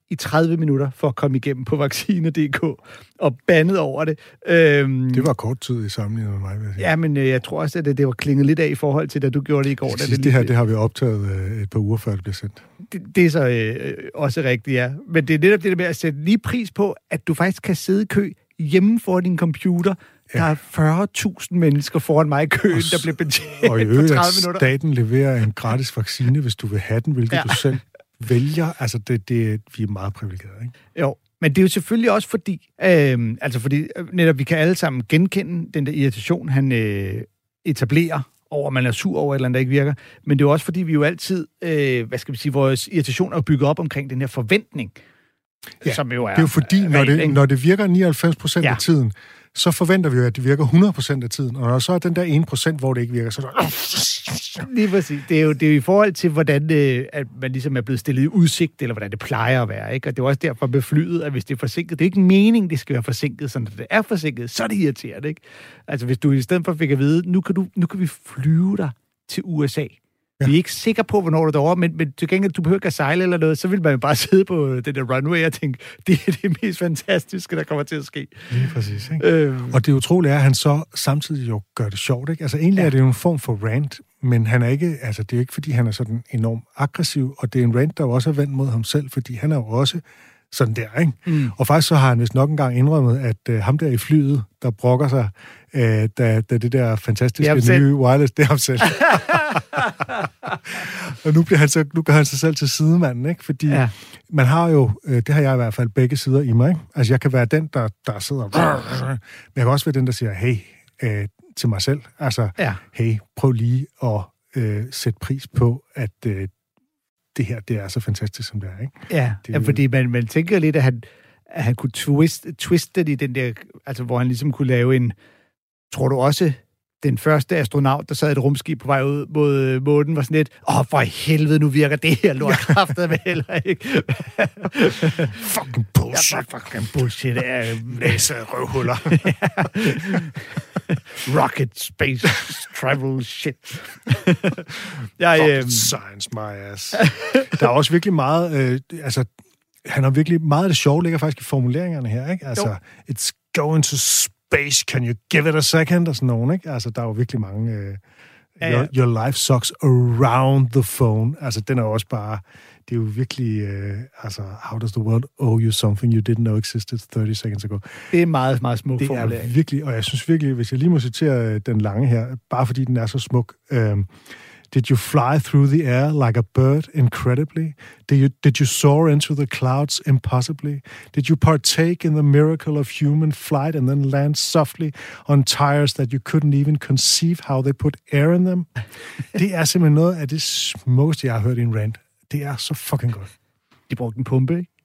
i 30 minutter for at komme igennem på vaccine.dk og bandet over det. Det var kort tid i sammenligning med mig, vil jeg sige. Ja, men jeg tror også, at det var klinget lidt af i forhold til, da du gjorde det i går. Det her har vi optaget et par uger før det blev sendt. Det er så også rigtigt, ja. Men det er netop det der med at sætte lige pris på, at du faktisk kan sidde i kø hjemme foran din computer. Ja. Der er 40.000 mennesker foran mig i køen, der bliver betjent og i på 30 minutter. minutter. Staten leverer en gratis vaccine, hvis du vil have den, hvilket du selv vælger. Altså, vi er meget privilegerede, ikke? Jo, men det er jo selvfølgelig også fordi, fordi netop vi kan alle sammen genkende den der irritation, han etablerer over, at man er sur over et eller andet, der ikke virker. Men det er jo også fordi, vi jo altid, vores irritation er bygget op omkring den her forventning, som jo er... det er jo fordi, når det virker 99% af tiden, så forventer vi jo, at det virker 100% af tiden. Og når så er den der 1%, hvor det ikke virker, så er der... Lige præcis. Det er jo i forhold til, hvordan at man ligesom er blevet stillet i udsigt, eller hvordan det plejer at være, ikke? Og det er også derfor med flyet, at hvis det er forsinket, det er ikke meningen, det skal være forsinket, sådan at det er forsinket, så er det irriterende, ikke? Altså, hvis du i stedet for fik at vide, nu kan vi flyve dig til USA. Ja. Vi er ikke sikre på, hvornår du er derovre, men til gengæld, du behøver ikke at sejle eller noget, så vil man jo bare sidde på den der runway og tænke, det er det mest fantastiske, der kommer til at ske. Lige præcis, ikke? Og det utrolige er, at han så samtidig jo gør det sjovt, ikke? Altså egentlig er det jo en form for rant, men han er ikke, altså det er ikke, fordi han er sådan enormt aggressiv, og det er en rant, der jo også er vendt mod ham selv, fordi han er jo også sådan der, ikke? Mm. Og faktisk så har han vist nok engang indrømmet, at ham der i flyet, der brokker sig, da det der fantastiske nye wireless, det er ham selv. Og nu gør han sig selv til sidemanden, ikke? Fordi man har jo, det har jeg i hvert fald begge sider i mig, ikke? Altså jeg kan være den, der sidder, men jeg kan også være den, der siger, hey, til mig selv. Altså, hey, prøv lige at sætte pris på, at det her, det er så fantastisk, som det er, ikke? Ja, fordi man tænker lidt, at han kunne twiste det i den der, altså hvor han ligesom kunne lave en, tror du også, den første astronaut, der sad i et rumskib på vej ud mod månen, var sådan lidt, for helvede, nu virker det her lortkraftet med heller ikke. Fucking bullshit. Ja, fucking bullshit. Læse røvhuller. Rocket, space, travel, shit. Fucking science, my ass. Der er også virkelig meget, han har virkelig meget af det sjove, ligger faktisk i formuleringerne her, ikke? Altså, it's going to space, can you give it a second? Og sådan nogen, ikke? Altså, der er jo virkelig mange... Your life sucks around the phone. Altså, den er jo også bare... Det er jo virkelig... how does the world owe you something you didn't know existed 30 seconds ago? Det er meget, meget smuk formulering. Det er virkelig... Og jeg synes virkelig, hvis jeg lige må citere den lange her, bare fordi den er så smuk... Did you fly through the air like a bird incredibly? Did you soar into the clouds impossibly? Did you partake in the miracle of human flight and then land softly on tires that you couldn't even conceive how they put air in them? Det er simpelthen noget af det smukkeste, jeg har hørt i en rant. Det er så fucking godt. De brugte en pumpe, ikke?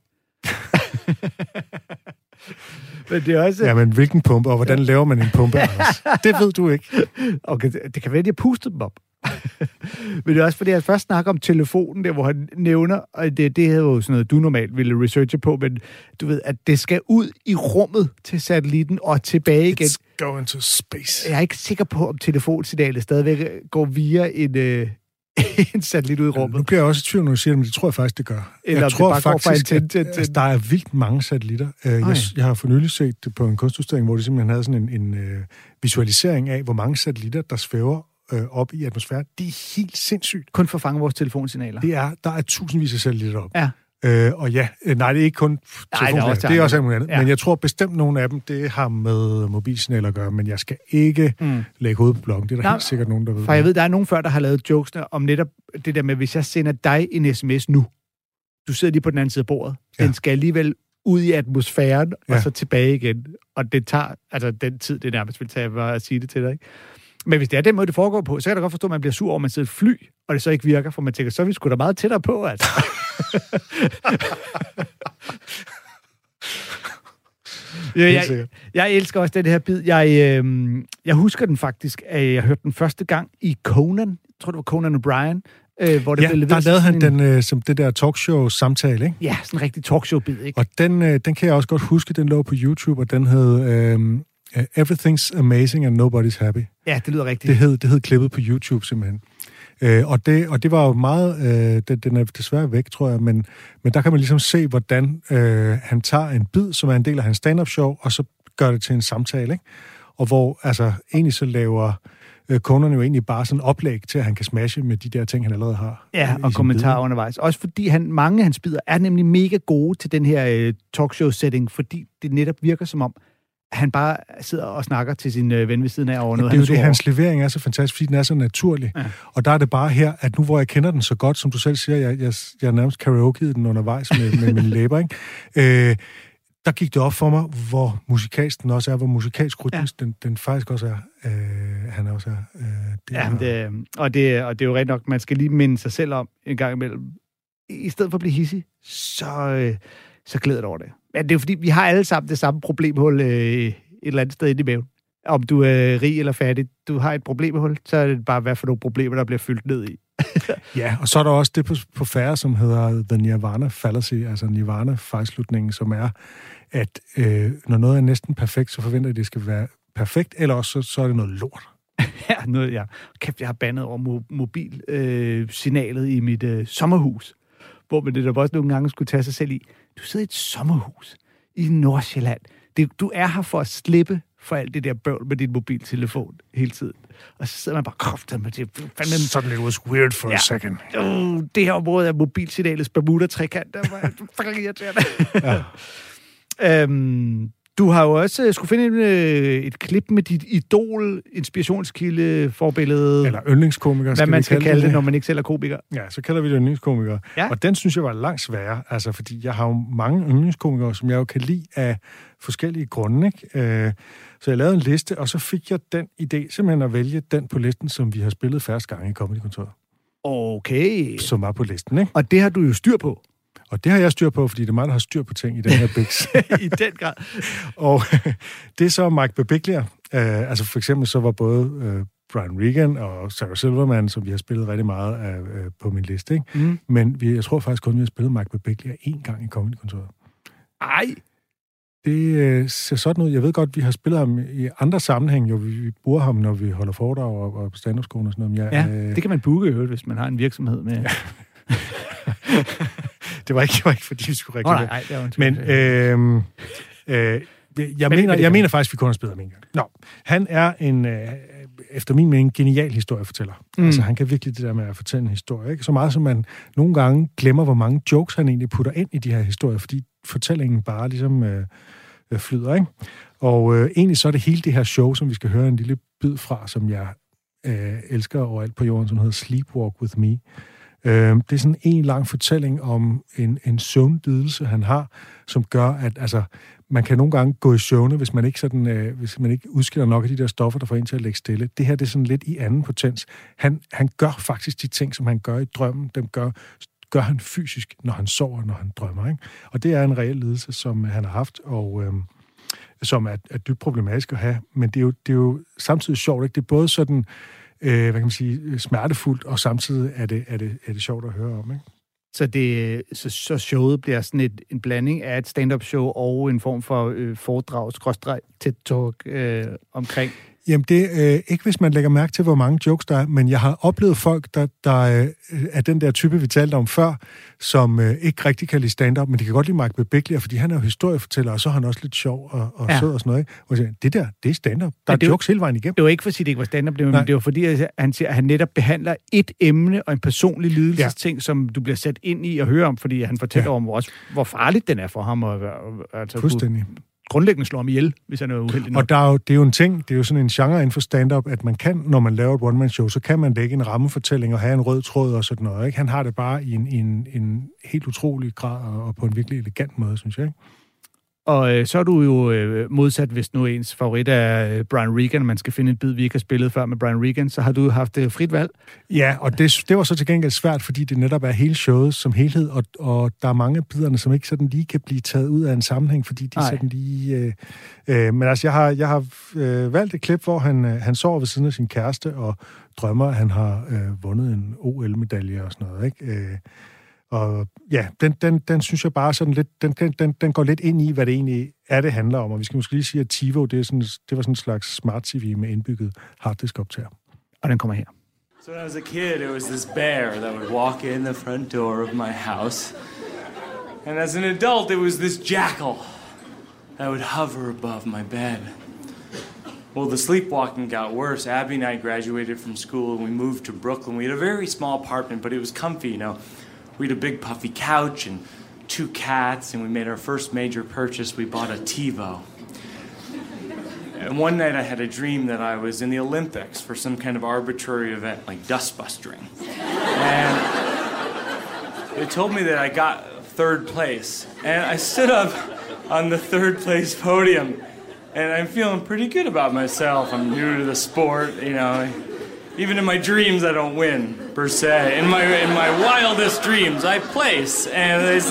Men det er også... Ja, men hvilken pumpe, og hvordan laver man en pumpe, Anders? Det ved du ikke. Okay, det kan være, at de har pustet dem op. Men det er også fordi, jeg først snakker om telefonen, der hvor han nævner, og det er jo sådan noget, du normalt ville researche på, men du ved, at det skal ud i rummet til satellitten og tilbage igen. It's going to space. Jeg er ikke sikker på, om telefonsignalet stadigvæk går via en satellit ud i rummet. Nu bliver jeg også i tvivl, når du siger det, men det tror jeg faktisk, det gør. Eller jeg tror faktisk, at der er vildt mange satellitter. Jeg har for nylig set det på en kunstudstilling, hvor de simpelthen havde sådan en visualisering af, hvor mange satellitter, der svæver op i atmosfæren. Det er helt sindssygt. Kun for at fange vores telefonsignaler. Der er tusindvis af satellitter op. Ja. Og det er ikke kun telefonsignaler. Det er også alt muligt andet. Ja. Men jeg tror bestemt, nogle af dem, det har med mobilsignaler at gøre, men jeg skal ikke lægge hovedet på bloggen. Det er der helt sikkert nogen, der ved. For jeg ved, der er nogen før, der har lavet jokesene om netop det der med, hvis jeg sender dig en sms nu, du sidder lige på den anden side af bordet, den skal alligevel ud i atmosfæren, og så tilbage igen. Og det tager, altså den tid, det nærmest vil tage at sige det til dig, ikke? Men hvis det er den måde, det foregår på, så kan jeg da godt forstå, at man bliver sur over, at man sidder et fly, og det så ikke virker, for man tænker, så er vi sgu da meget tættere på, altså. Jeg elsker også den her bid. Jeg husker den faktisk, at jeg hørte den første gang i Conan. Jeg tror, det var Conan O'Brien. Hvor det der lavede han den som det der talkshow-samtale, ikke? Ja, sådan en rigtig talkshow-bid, ikke? Og den kan jeg også godt huske, den lå på YouTube, og den hed Everything's Amazing and Nobody's Happy. Ja, det lyder rigtigt. Det hed klippet på YouTube, simpelthen. Og det var jo meget... Den er desværre væk, tror jeg, men der kan man ligesom se, hvordan han tager en bid, som er en del af hans stand-up-show, og så gør det til en samtale, ikke? Og hvor altså egentlig så laver kunderne jo egentlig bare sådan oplæg til, at han kan smashe med de der ting, han allerede har. Ja, og kommentarer mange også fordi mange af hans bidder er nemlig mega gode til den her talkshow-setting, fordi det netop virker som om, han bare sidder og snakker til sin ven ved siden af over noget. Det er jo det, hans levering er så fantastisk, fordi den er så naturlig. Ja. Og der er det bare her, at nu hvor jeg kender den så godt, som du selv siger, jeg nærmest karaoke'ede den undervejs med mine læber, ikke? Der gik det op for mig, hvor musikalsk den også er, hvor musikalsk rytmisk den faktisk også er. Han også er. Og det er jo rent nok, man skal lige minde sig selv om en gang imellem. I stedet for at blive hissig, så glæder det over det. Men det er jo fordi, vi har alle sammen det samme problemhul et eller andet sted inde i maven. Om du er rig eller fattig, du har et problemhul, så er det bare, hvad for nogle problemer, der bliver fyldt ned i. Ja, og så er der også det på færre, som hedder The Nirvana Fallacy, altså Nirvana-fejlslutningen, som er, at når noget er næsten perfekt, så forventer jeg, at det skal være perfekt, eller også så er det noget lort. Ja. Kæft, jeg har bandet over mobilsignalet i mit sommerhus, hvor man det der også nogle gange skulle tage sig selv i. Du sidder i et sommerhus i Nordsjælland. Du er her for at slippe for alt det der bøvl med din mobiltelefon hele tiden. Og så sidder man bare kraftigt med det. Suddenly it was weird for a second. Det her område er mobilsignalets Bermuda-trekant. Det var fucking irriterende. Ja. Du har jo også skulle finde et klip med dit idol, inspirationskilde, forbillede... Eller yndlingskomiker, hvad man skal kalde det, når man ikke selv er komiker. Ja, så kalder vi det yndlingskomiker. Ja. Og den synes jeg var langt sværere, altså fordi jeg har jo mange yndlingskomikere, som jeg jo kan lide af forskellige grunde, ikke? Så jeg lavede en liste, og så fik jeg den idé simpelthen at vælge den på listen, som vi har spillet første gang i Comedy-kontoret. Okay. Som var på listen, ikke? Og det har du jo styr på. Og det har jeg styr på, fordi det er mig, der har styr på ting i den her biks. I den grad. Og det er så Mike Birbiglia. Altså for eksempel så var både Brian Regan og Sarah Silverman, som vi har spillet rigtig meget af, på min liste, ikke? Mm. Men jeg tror faktisk kun, vi har spillet Mike Birbiglia 1 gang i Comedy-kontoret. Ej! Det ser sådan ud. Jeg ved godt, vi har spillet ham i andre sammenhæng, jo vi bruger ham, når vi holder foredrag og på stand-up-skolen og sådan noget. Det kan man booke, hvis man har en virksomhed med... Ja. Det var ikke, fordi vi skulle reklamere. Nej, det var Men jeg mener faktisk, vi kun har spillet ham en gang. Nå, han er en, efter min mening, genial historiefortæller. Altså, han kan virkelig det der med at fortælle en historie, ikke? Så meget som man nogle gange glemmer, hvor mange jokes han egentlig putter ind i de her historier, fordi fortællingen bare ligesom flyder, ikke? Og egentlig så er det hele det her show, som vi skal høre en lille bid fra, som jeg elsker overalt på jorden, som hedder Sleepwalk With Me. Det er sådan en lang fortælling om en søvnlidelse, han har, som gør, at altså, man kan nogle gange gå i søvne, hvis man ikke udskiller nok af de der stoffer, der får en til at lægge stille. Det her det er sådan lidt i anden potens. Han gør faktisk de ting, som han gør i drømmen, dem gør han fysisk, når han sover, når han drømmer, ikke? Og det er en reel lidelse, som han har haft, og som er dybt problematisk at have. Men det er jo samtidig sjovt, ikke? Det er både sådan... hvad kan man sige, smertefuldt, og samtidig er det sjovt at høre om, ikke? Så showet bliver sådan en blanding af et stand-up-show og en form for foredrag/TED-talk omkring... Jamen, det er ikke, hvis man lægger mærke til, hvor mange jokes der er, men jeg har oplevet folk, der er den der type, vi talte om før, som ikke rigtig kan lide stand-up, men de kan godt lide Mike Birbiglia, fordi han er jo historiefortæller, og så er han også lidt sjov og sød og sådan noget, ikke? Og siger, det er stand-up. Der er jokes hele vejen igennem. Det var ikke for at sige, det ikke var stand-up, men det var fordi, han siger, at han netop behandler et emne og en personlig lidelsesting, som du bliver sat ind i og høre om, fordi han fortæller om også, hvor farligt den er for ham. Altså, fuldstændig. Grundlæggende slår ham ihjel, hvis han er uheldig nok. Og det er jo en ting, det er jo sådan en genre inden for stand-up, at man kan, når man laver et one-man-show, så kan man lægge en rammefortælling og have en rød tråd og sådan noget, ikke? Han har det bare i en helt utrolig grad og på en virkelig elegant måde, synes jeg, ikke? Og så er du jo modsat, hvis nu ens favorit er Brian Regan, man skal finde en bid, vi ikke har spillet før med Brian Regan, så har du haft frit valg. Ja, og det var så til gengæld svært, fordi det netop er hele showet som helhed, og der er mange af biderne, som ikke sådan lige kan blive taget ud af en sammenhæng, fordi de sådan lige... men altså, jeg har valgt et klip, hvor han sover ved siden af sin kæreste og drømmer, at han har vundet en OL-medalje og sådan noget, ikke? Og ja, den synes jeg bare sådan lidt, den går lidt ind i, hvad det egentlig er, det handler om. Og vi skal måske lige sige, at TiVo, det var sådan en slags smart TV med indbygget harddisk-optager. Og den kommer her. So when I was a kid, it was this bear that would walk in the front door of my house. And as an adult, it was this jackal that would hover above my bed. Well, the sleepwalking got worse. Abby and I graduated from school and we moved to Brooklyn. We had a very small apartment, but it was comfy, you know. We had a big puffy couch and 2 cats, and we made our first major purchase. We bought a TiVo. And one night I had a dream that I was in the Olympics for some kind of arbitrary event, like dustbustering. And they told me that I got 3rd place. And I stood up on the 3rd place podium, and I'm feeling pretty good about myself. I'm new to the sport, you know. Even in my dreams, I don't win, per se. In my wildest dreams, I place. And they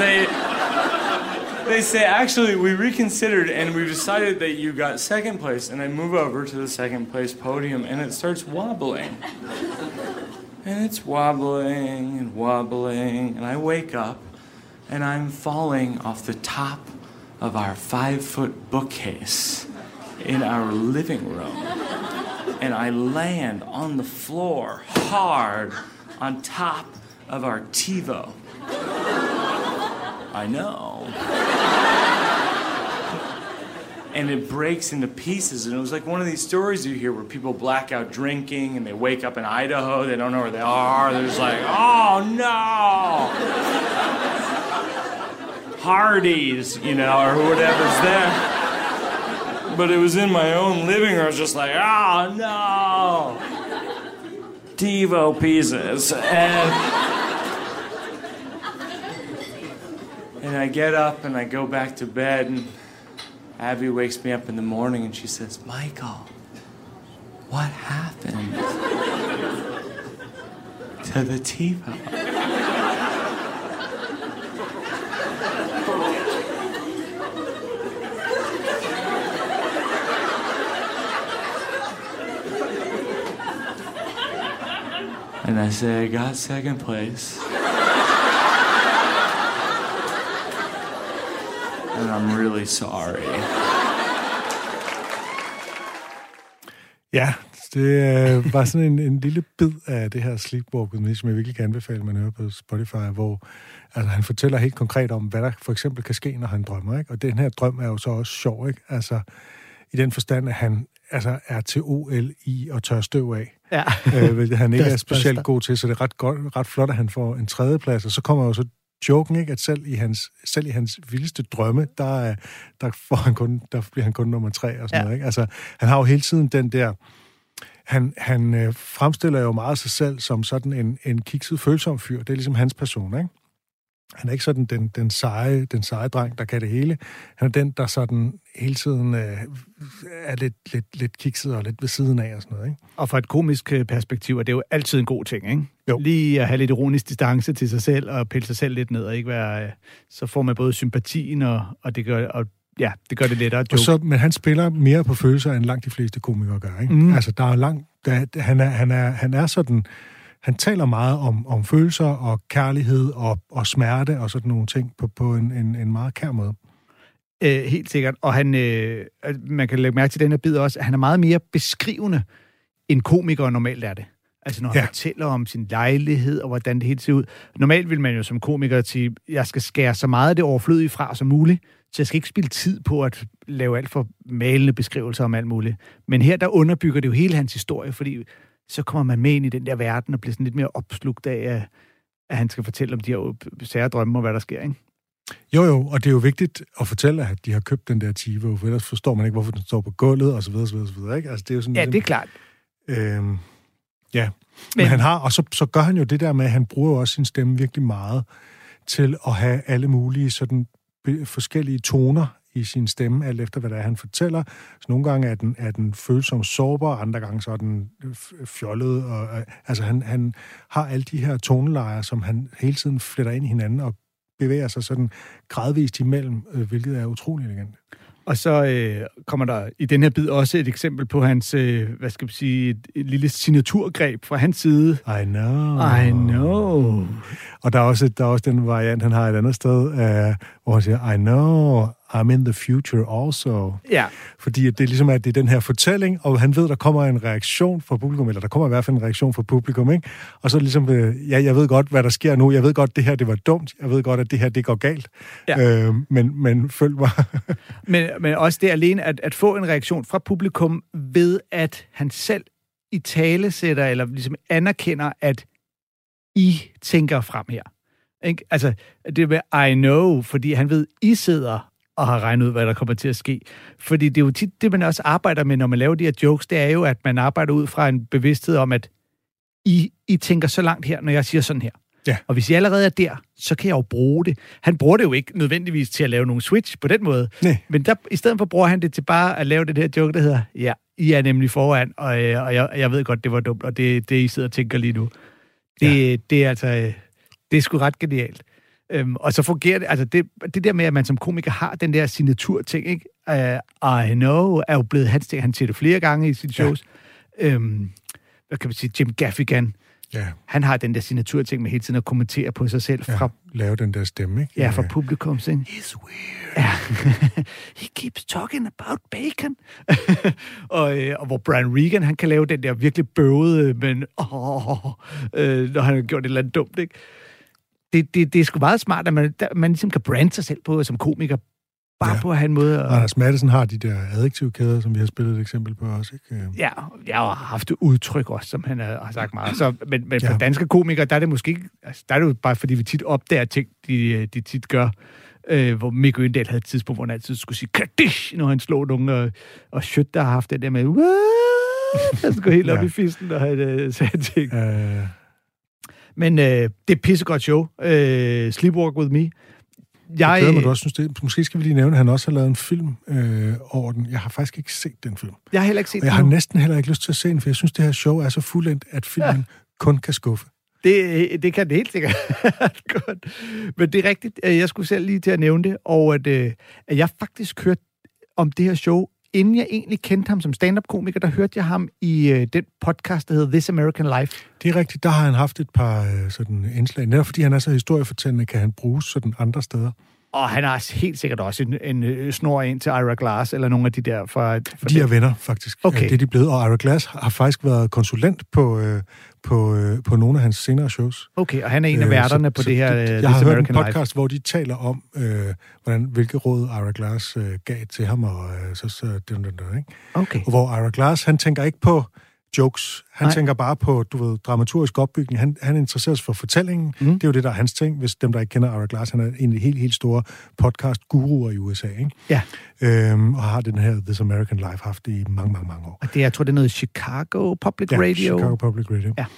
say, actually, we reconsidered and we decided that you got 2nd place. And I move over to the 2nd place podium and it starts wobbling. And it's wobbling and wobbling. And I wake up and I'm falling off the top of our 5-foot bookcase in our living room. And I land on the floor hard on top of our TiVo. I know. And it breaks into pieces, and it was like one of these stories you hear where people black out drinking and they wake up in Idaho, they don't know where they are, they're just like, oh no! Hardee's, you know, or whatever's there. But it was in my own living room, I was just like, oh no! TiVo pieces. And I get up and I go back to bed, and Abby wakes me up in the morning and she says, Michael, what happened to the TiVo? And I say, I got 2nd place. And I'm really sorry. Ja, det var sådan en lille bid af det her Sleepwalk With Me, som jeg virkelig kan anbefale, man hører på Spotify, hvor altså, han fortæller helt konkret om, hvad der for eksempel kan ske, når han drømmer, ikke? Og den her drøm er jo så også sjov, ikke? Altså, i den forstand, at han altså, er til OL i at tørre støv af. Ja. Han ikke er specielt god til, så det er ret flot, at han får en 3. plads, og så kommer jo så joken, ikke, at selv i hans vildeste drømme, der bliver han kun nummer 3 og sådan noget, ikke? Altså, han har jo hele tiden den der, han fremstiller jo meget sig selv som sådan en kikset, følsom fyr. Det er ligesom hans person, ikke? Han er ikke sådan den seje dreng, der kan det hele. Han er den, der sådan hele tiden er lidt kikset og lidt ved siden af og sådan noget, ikke? Og fra et komisk perspektiv er det jo altid en god ting, ikke? Jo. Lige at have lidt ironisk distance til sig selv og pille sig selv lidt ned og ikke være... Så får man både sympatien og det gør... Og ja, det gør det lettere at joke. Men han spiller mere på følelser, end langt de fleste komikere gør, ikke? Mm. Altså, der er langt... Han er sådan... Han taler meget om følelser og kærlighed og smerte og sådan nogle ting på en meget kær måde. Helt sikkert. Og man kan lægge mærke til den her bid også, at han er meget mere beskrivende, end komikere normalt er det. Altså når han fortæller om sin lejlighed og hvordan det hele ser ud. Normalt vil man jo som komiker sige, jeg skal skære så meget af det overflødige fra som muligt, så jeg skal ikke spilde tid på at lave alt for malende beskrivelser om alt muligt. Men her der underbygger det jo hele hans historie, fordi så kommer man med ind i den der verden og bliver sådan lidt mere opslugt af, at han skal fortælle om de her sære drømme og hvad der sker, ikke? Jo, og det er jo vigtigt at fortælle, at de har købt den der TiVo, for ellers forstår man ikke, hvorfor den står på gulvet, og så videre, ikke? Altså, det er jo sådan, ja, det er klart. Ja, men han har, og så gør han jo det der med, at han bruger også sin stemme virkelig meget til at have alle mulige sådan forskellige toner i sin stemme, alt efter hvad det er, han fortæller. Så nogle gange er den følsom sårbar, andre gange så er den fjollet. Og, altså han har alle de her tonelejer, som han hele tiden fletter ind i hinanden og bevæger sig sådan gradvist imellem, hvilket er utroligt elegant. Og så kommer der i den her bid også et eksempel på hans, hvad skal man sige, et lille signaturgreb fra hans side. I know. Og der er også den variant, han har et andet sted, hvor han siger, I I'm in the future also. Ja. Fordi det er ligesom, at det er den her fortælling, og han ved, der kommer en reaktion fra publikum, eller der kommer i hvert fald en reaktion fra publikum, ikke? Og så ligesom, jeg ved godt, hvad der sker nu. Jeg ved godt, det her, det var dumt. Jeg ved godt, at det her, det går galt. Ja. Men følg mig. men også det alene, at få en reaktion fra publikum ved, at han selv i tale sætter, eller ligesom anerkender, at I tænker frem her. Ikke? Altså, det med I know, fordi han ved, I sidder og har regnet ud, hvad der kommer til at ske. Fordi det er jo tit det, man også arbejder med, når man laver de her jokes, det er jo, at man arbejder ud fra en bevidsthed om, at I tænker så langt her, når jeg siger sådan her. Ja. Og hvis I allerede er der, så kan jeg jo bruge det. Han bruger det jo ikke nødvendigvis til at lave nogle switch på den måde. Nej. Men i stedet for bruger han det til bare at lave det her joke, der hedder, ja, I er nemlig foran, og jeg ved godt, det var dumt, og det I sidder og tænker lige nu. Det er altså... Det er sgu ret genialt. Og så fungerer det, altså det der med, at man som komiker har den der signaturting, ikke? I know, er jo blevet hans ting. Han siger det flere gange i sine shows. Hvad kan man sige? Jim Gaffigan. Ja. Han har den der signaturting med hele tiden at kommentere på sig selv. Fra, lave den der stemme, ikke? Ja, fra publikum. He's weird. Ja. He keeps talking about bacon. og hvor Brian Regan, han kan lave den der virkelig bøvede, men når han har gjort et eller andet dumt, ikke? Det er sgu meget smart, at man ligesom kan brande sig selv på som komiker, bare på at have en måde. Anders Matthesen har de der adjektivkæder, som vi har spillet et eksempel på også, ikke? Ja, jeg har haft det udtryk også, som han har sagt meget. Så, men for danske komikere, der er det måske ikke, altså, der er det jo bare, fordi vi tit opdager ting, de tit gør. Hvor Mick Øgendahl havde et tidspunkt, hvor han altid skulle sige kadish, når han slog nogen, og Schødt, der har haft det der med, han skulle helt op i fisten, når han sagde ting. Men det er et pissegodt show. Sleepwalk With Me. Jeg glæder mig, du også synes det. Måske skal vi lige nævne, at han også har lavet en film over den. Jeg har faktisk ikke set den film. Jeg har heller ikke set den. Jeg har næsten heller ikke lyst til at se den, for jeg synes, det her show er så fuldendt, at filmen kun kan skuffe. Det kan det helt sikkert. Godt. Men det er rigtigt. Jeg skulle selv lige til at nævne det, og at jeg faktisk hørte om det her show, inden jeg egentlig kendte ham som stand-up-komiker, der hørte jeg ham i den podcast, der hedder This American Life. Det er rigtigt. Der har han haft et par sådan indslag. Netop fordi han er så historiefortællende, kan han bruges sådan andre steder. Og han har helt sikkert også en snor ind til Ira Glass, eller nogle af de der fra de er venner, faktisk. Okay. Det er de blevet. Og Ira Glass har faktisk været konsulent på nogle af hans senere shows. Okay, og han er en af værterne på det her jeg har hørt en podcast, hvor de taler om, hvilke råd Ira Glass gav til ham, og den, ikke? Okay. Og hvor Ira Glass, han tænker ikke på jokes. Han tænker bare på, dramaturgisk opbygning. Han interesserer sig for fortællingen. Det er jo det, der er hans ting. Hvis dem, der ikke kender Ira Glass, han er en af de helt store podcast-guruer i USA, ikke? Ja. Og har den her This American Life haft i mange år. Og det, jeg tror, det er noget Chicago Public Radio. Chicago Public Radio. Ja.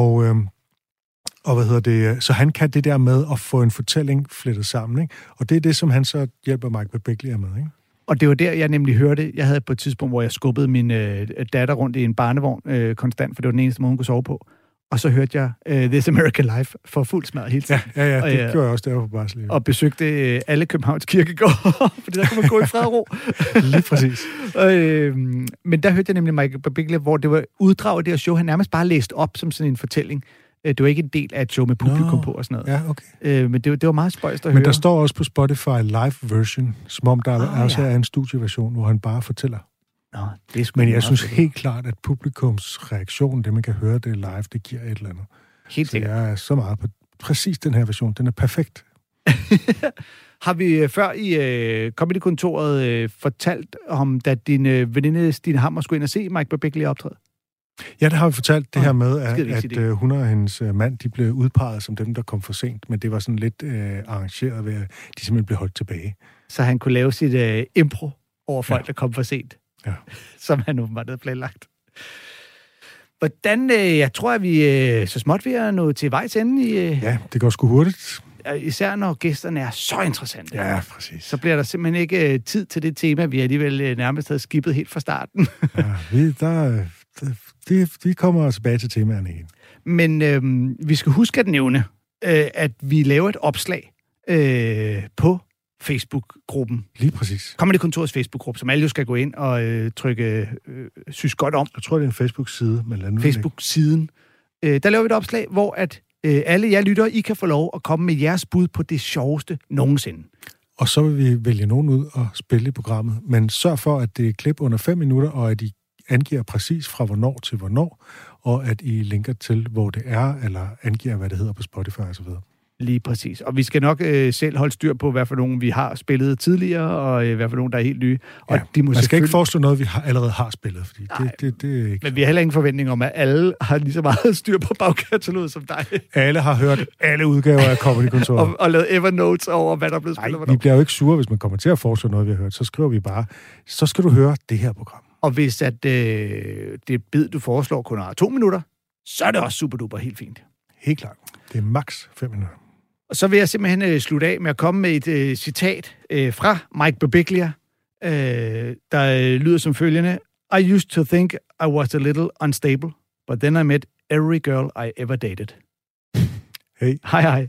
Og hvad hedder det? Så han kan det der med at få en fortælling flettet sammen, ikke? Og det er det, som han så hjælper Mike Birbiglia med, ikke? Og det var der, jeg nemlig hørte, jeg havde på et tidspunkt, hvor jeg skubbede min datter rundt i en barnevogn konstant, for det var den eneste måde, hun kunne sove på. Og så hørte jeg This American Life for fuld smad hele tiden. Ja, det gjorde jeg også der på Barslev. Og besøgte alle Københavns kirkegård, fordi der kunne man gå i fred og ro. Lige præcis. Men der hørte jeg nemlig Mike Birbiglia, hvor det var uddrag af det her show, han nærmest bare læste op som sådan en fortælling. Det var ikke en del af et show med publikum på og sådan noget. Ja, okay. Men det var meget spøjst at høre. Men der står også på Spotify live version, som om der også er en studieversion, hvor han bare fortæller. Det er men jeg synes helt klart, at publikums reaktion, det man kan høre det live, det giver et eller andet. Helt sikkert. Så jeg er så meget på præcis den her version. Den er perfekt. Har vi før i Comedy-kontoret fortalt om, da din veninde Stine Hammer skulle ind og se Mike Birbiglia optræde? Ja, det har vi fortalt, det her med, at hun og hendes mand, de blev udpeget som dem, der kom for sent, men det var sådan lidt arrangeret ved, at de simpelthen blev holdt tilbage. Så han kunne lave sit impro over folk, der kom for sent, som han åbenbart havde planlagt. Hvordan, jeg tror, at vi så småt ved at nå til vejs ende i... Ja, det går sgu hurtigt. Især når gæsterne er så interessante. Ja, præcis. Så bliver der simpelthen ikke tid til det tema, vi alligevel nærmest havde skippet helt fra starten. Vi kommer tilbage til temaerne igen. Men vi skal huske at nævne, at vi laver et opslag på Facebook-gruppen. Lige præcis. Comedy-kontorets Facebook-gruppe, som alle jo skal gå ind og trykke synes godt om. Jeg tror, det er en Facebook-side. Facebook-siden. Der laver vi et opslag, hvor at alle jer lyttere, I kan få lov at komme med jeres bud på det sjoveste nogensinde. og så vil vi vælge nogen ud og spille i programmet. Men sørg for, at det er klip under 5 minutter, og at I angiver præcis fra hvornår til hvornår, og at I linker til, hvor det er, eller angiver, hvad det hedder på Spotify og så videre. Lige præcis. Og vi skal nok selv holde styr på, hvad for nogen vi har spillet tidligere, og hvad for nogen, der er helt nye. Og ja, de må man skal ikke foreslå noget, vi allerede har spillet, fordi det er ikke... Men vi har heller ingen forventning om, at alle har lige så meget styr på bagkataloget som dig. Alle har hørt alle udgaver af Comedy-kontoret. og lavet Evernotes over, hvad der er blevet spillet. Nej, vi bliver jo ikke sure, hvis man kommer til at foreslå noget, vi har hørt. Så skriver vi bare, så skal du høre det her program. Og hvis at det bid, du foreslår, kun har 2 minutter, så er det også super duper helt fint. Helt klart. Det er maks 5 minutter. Og så vil jeg simpelthen slutte af med at komme med et citat fra Mike Birbiglia, der lyder som følgende. I used to think I was a little unstable, but then I met every girl I ever dated. Hey. Hej hej.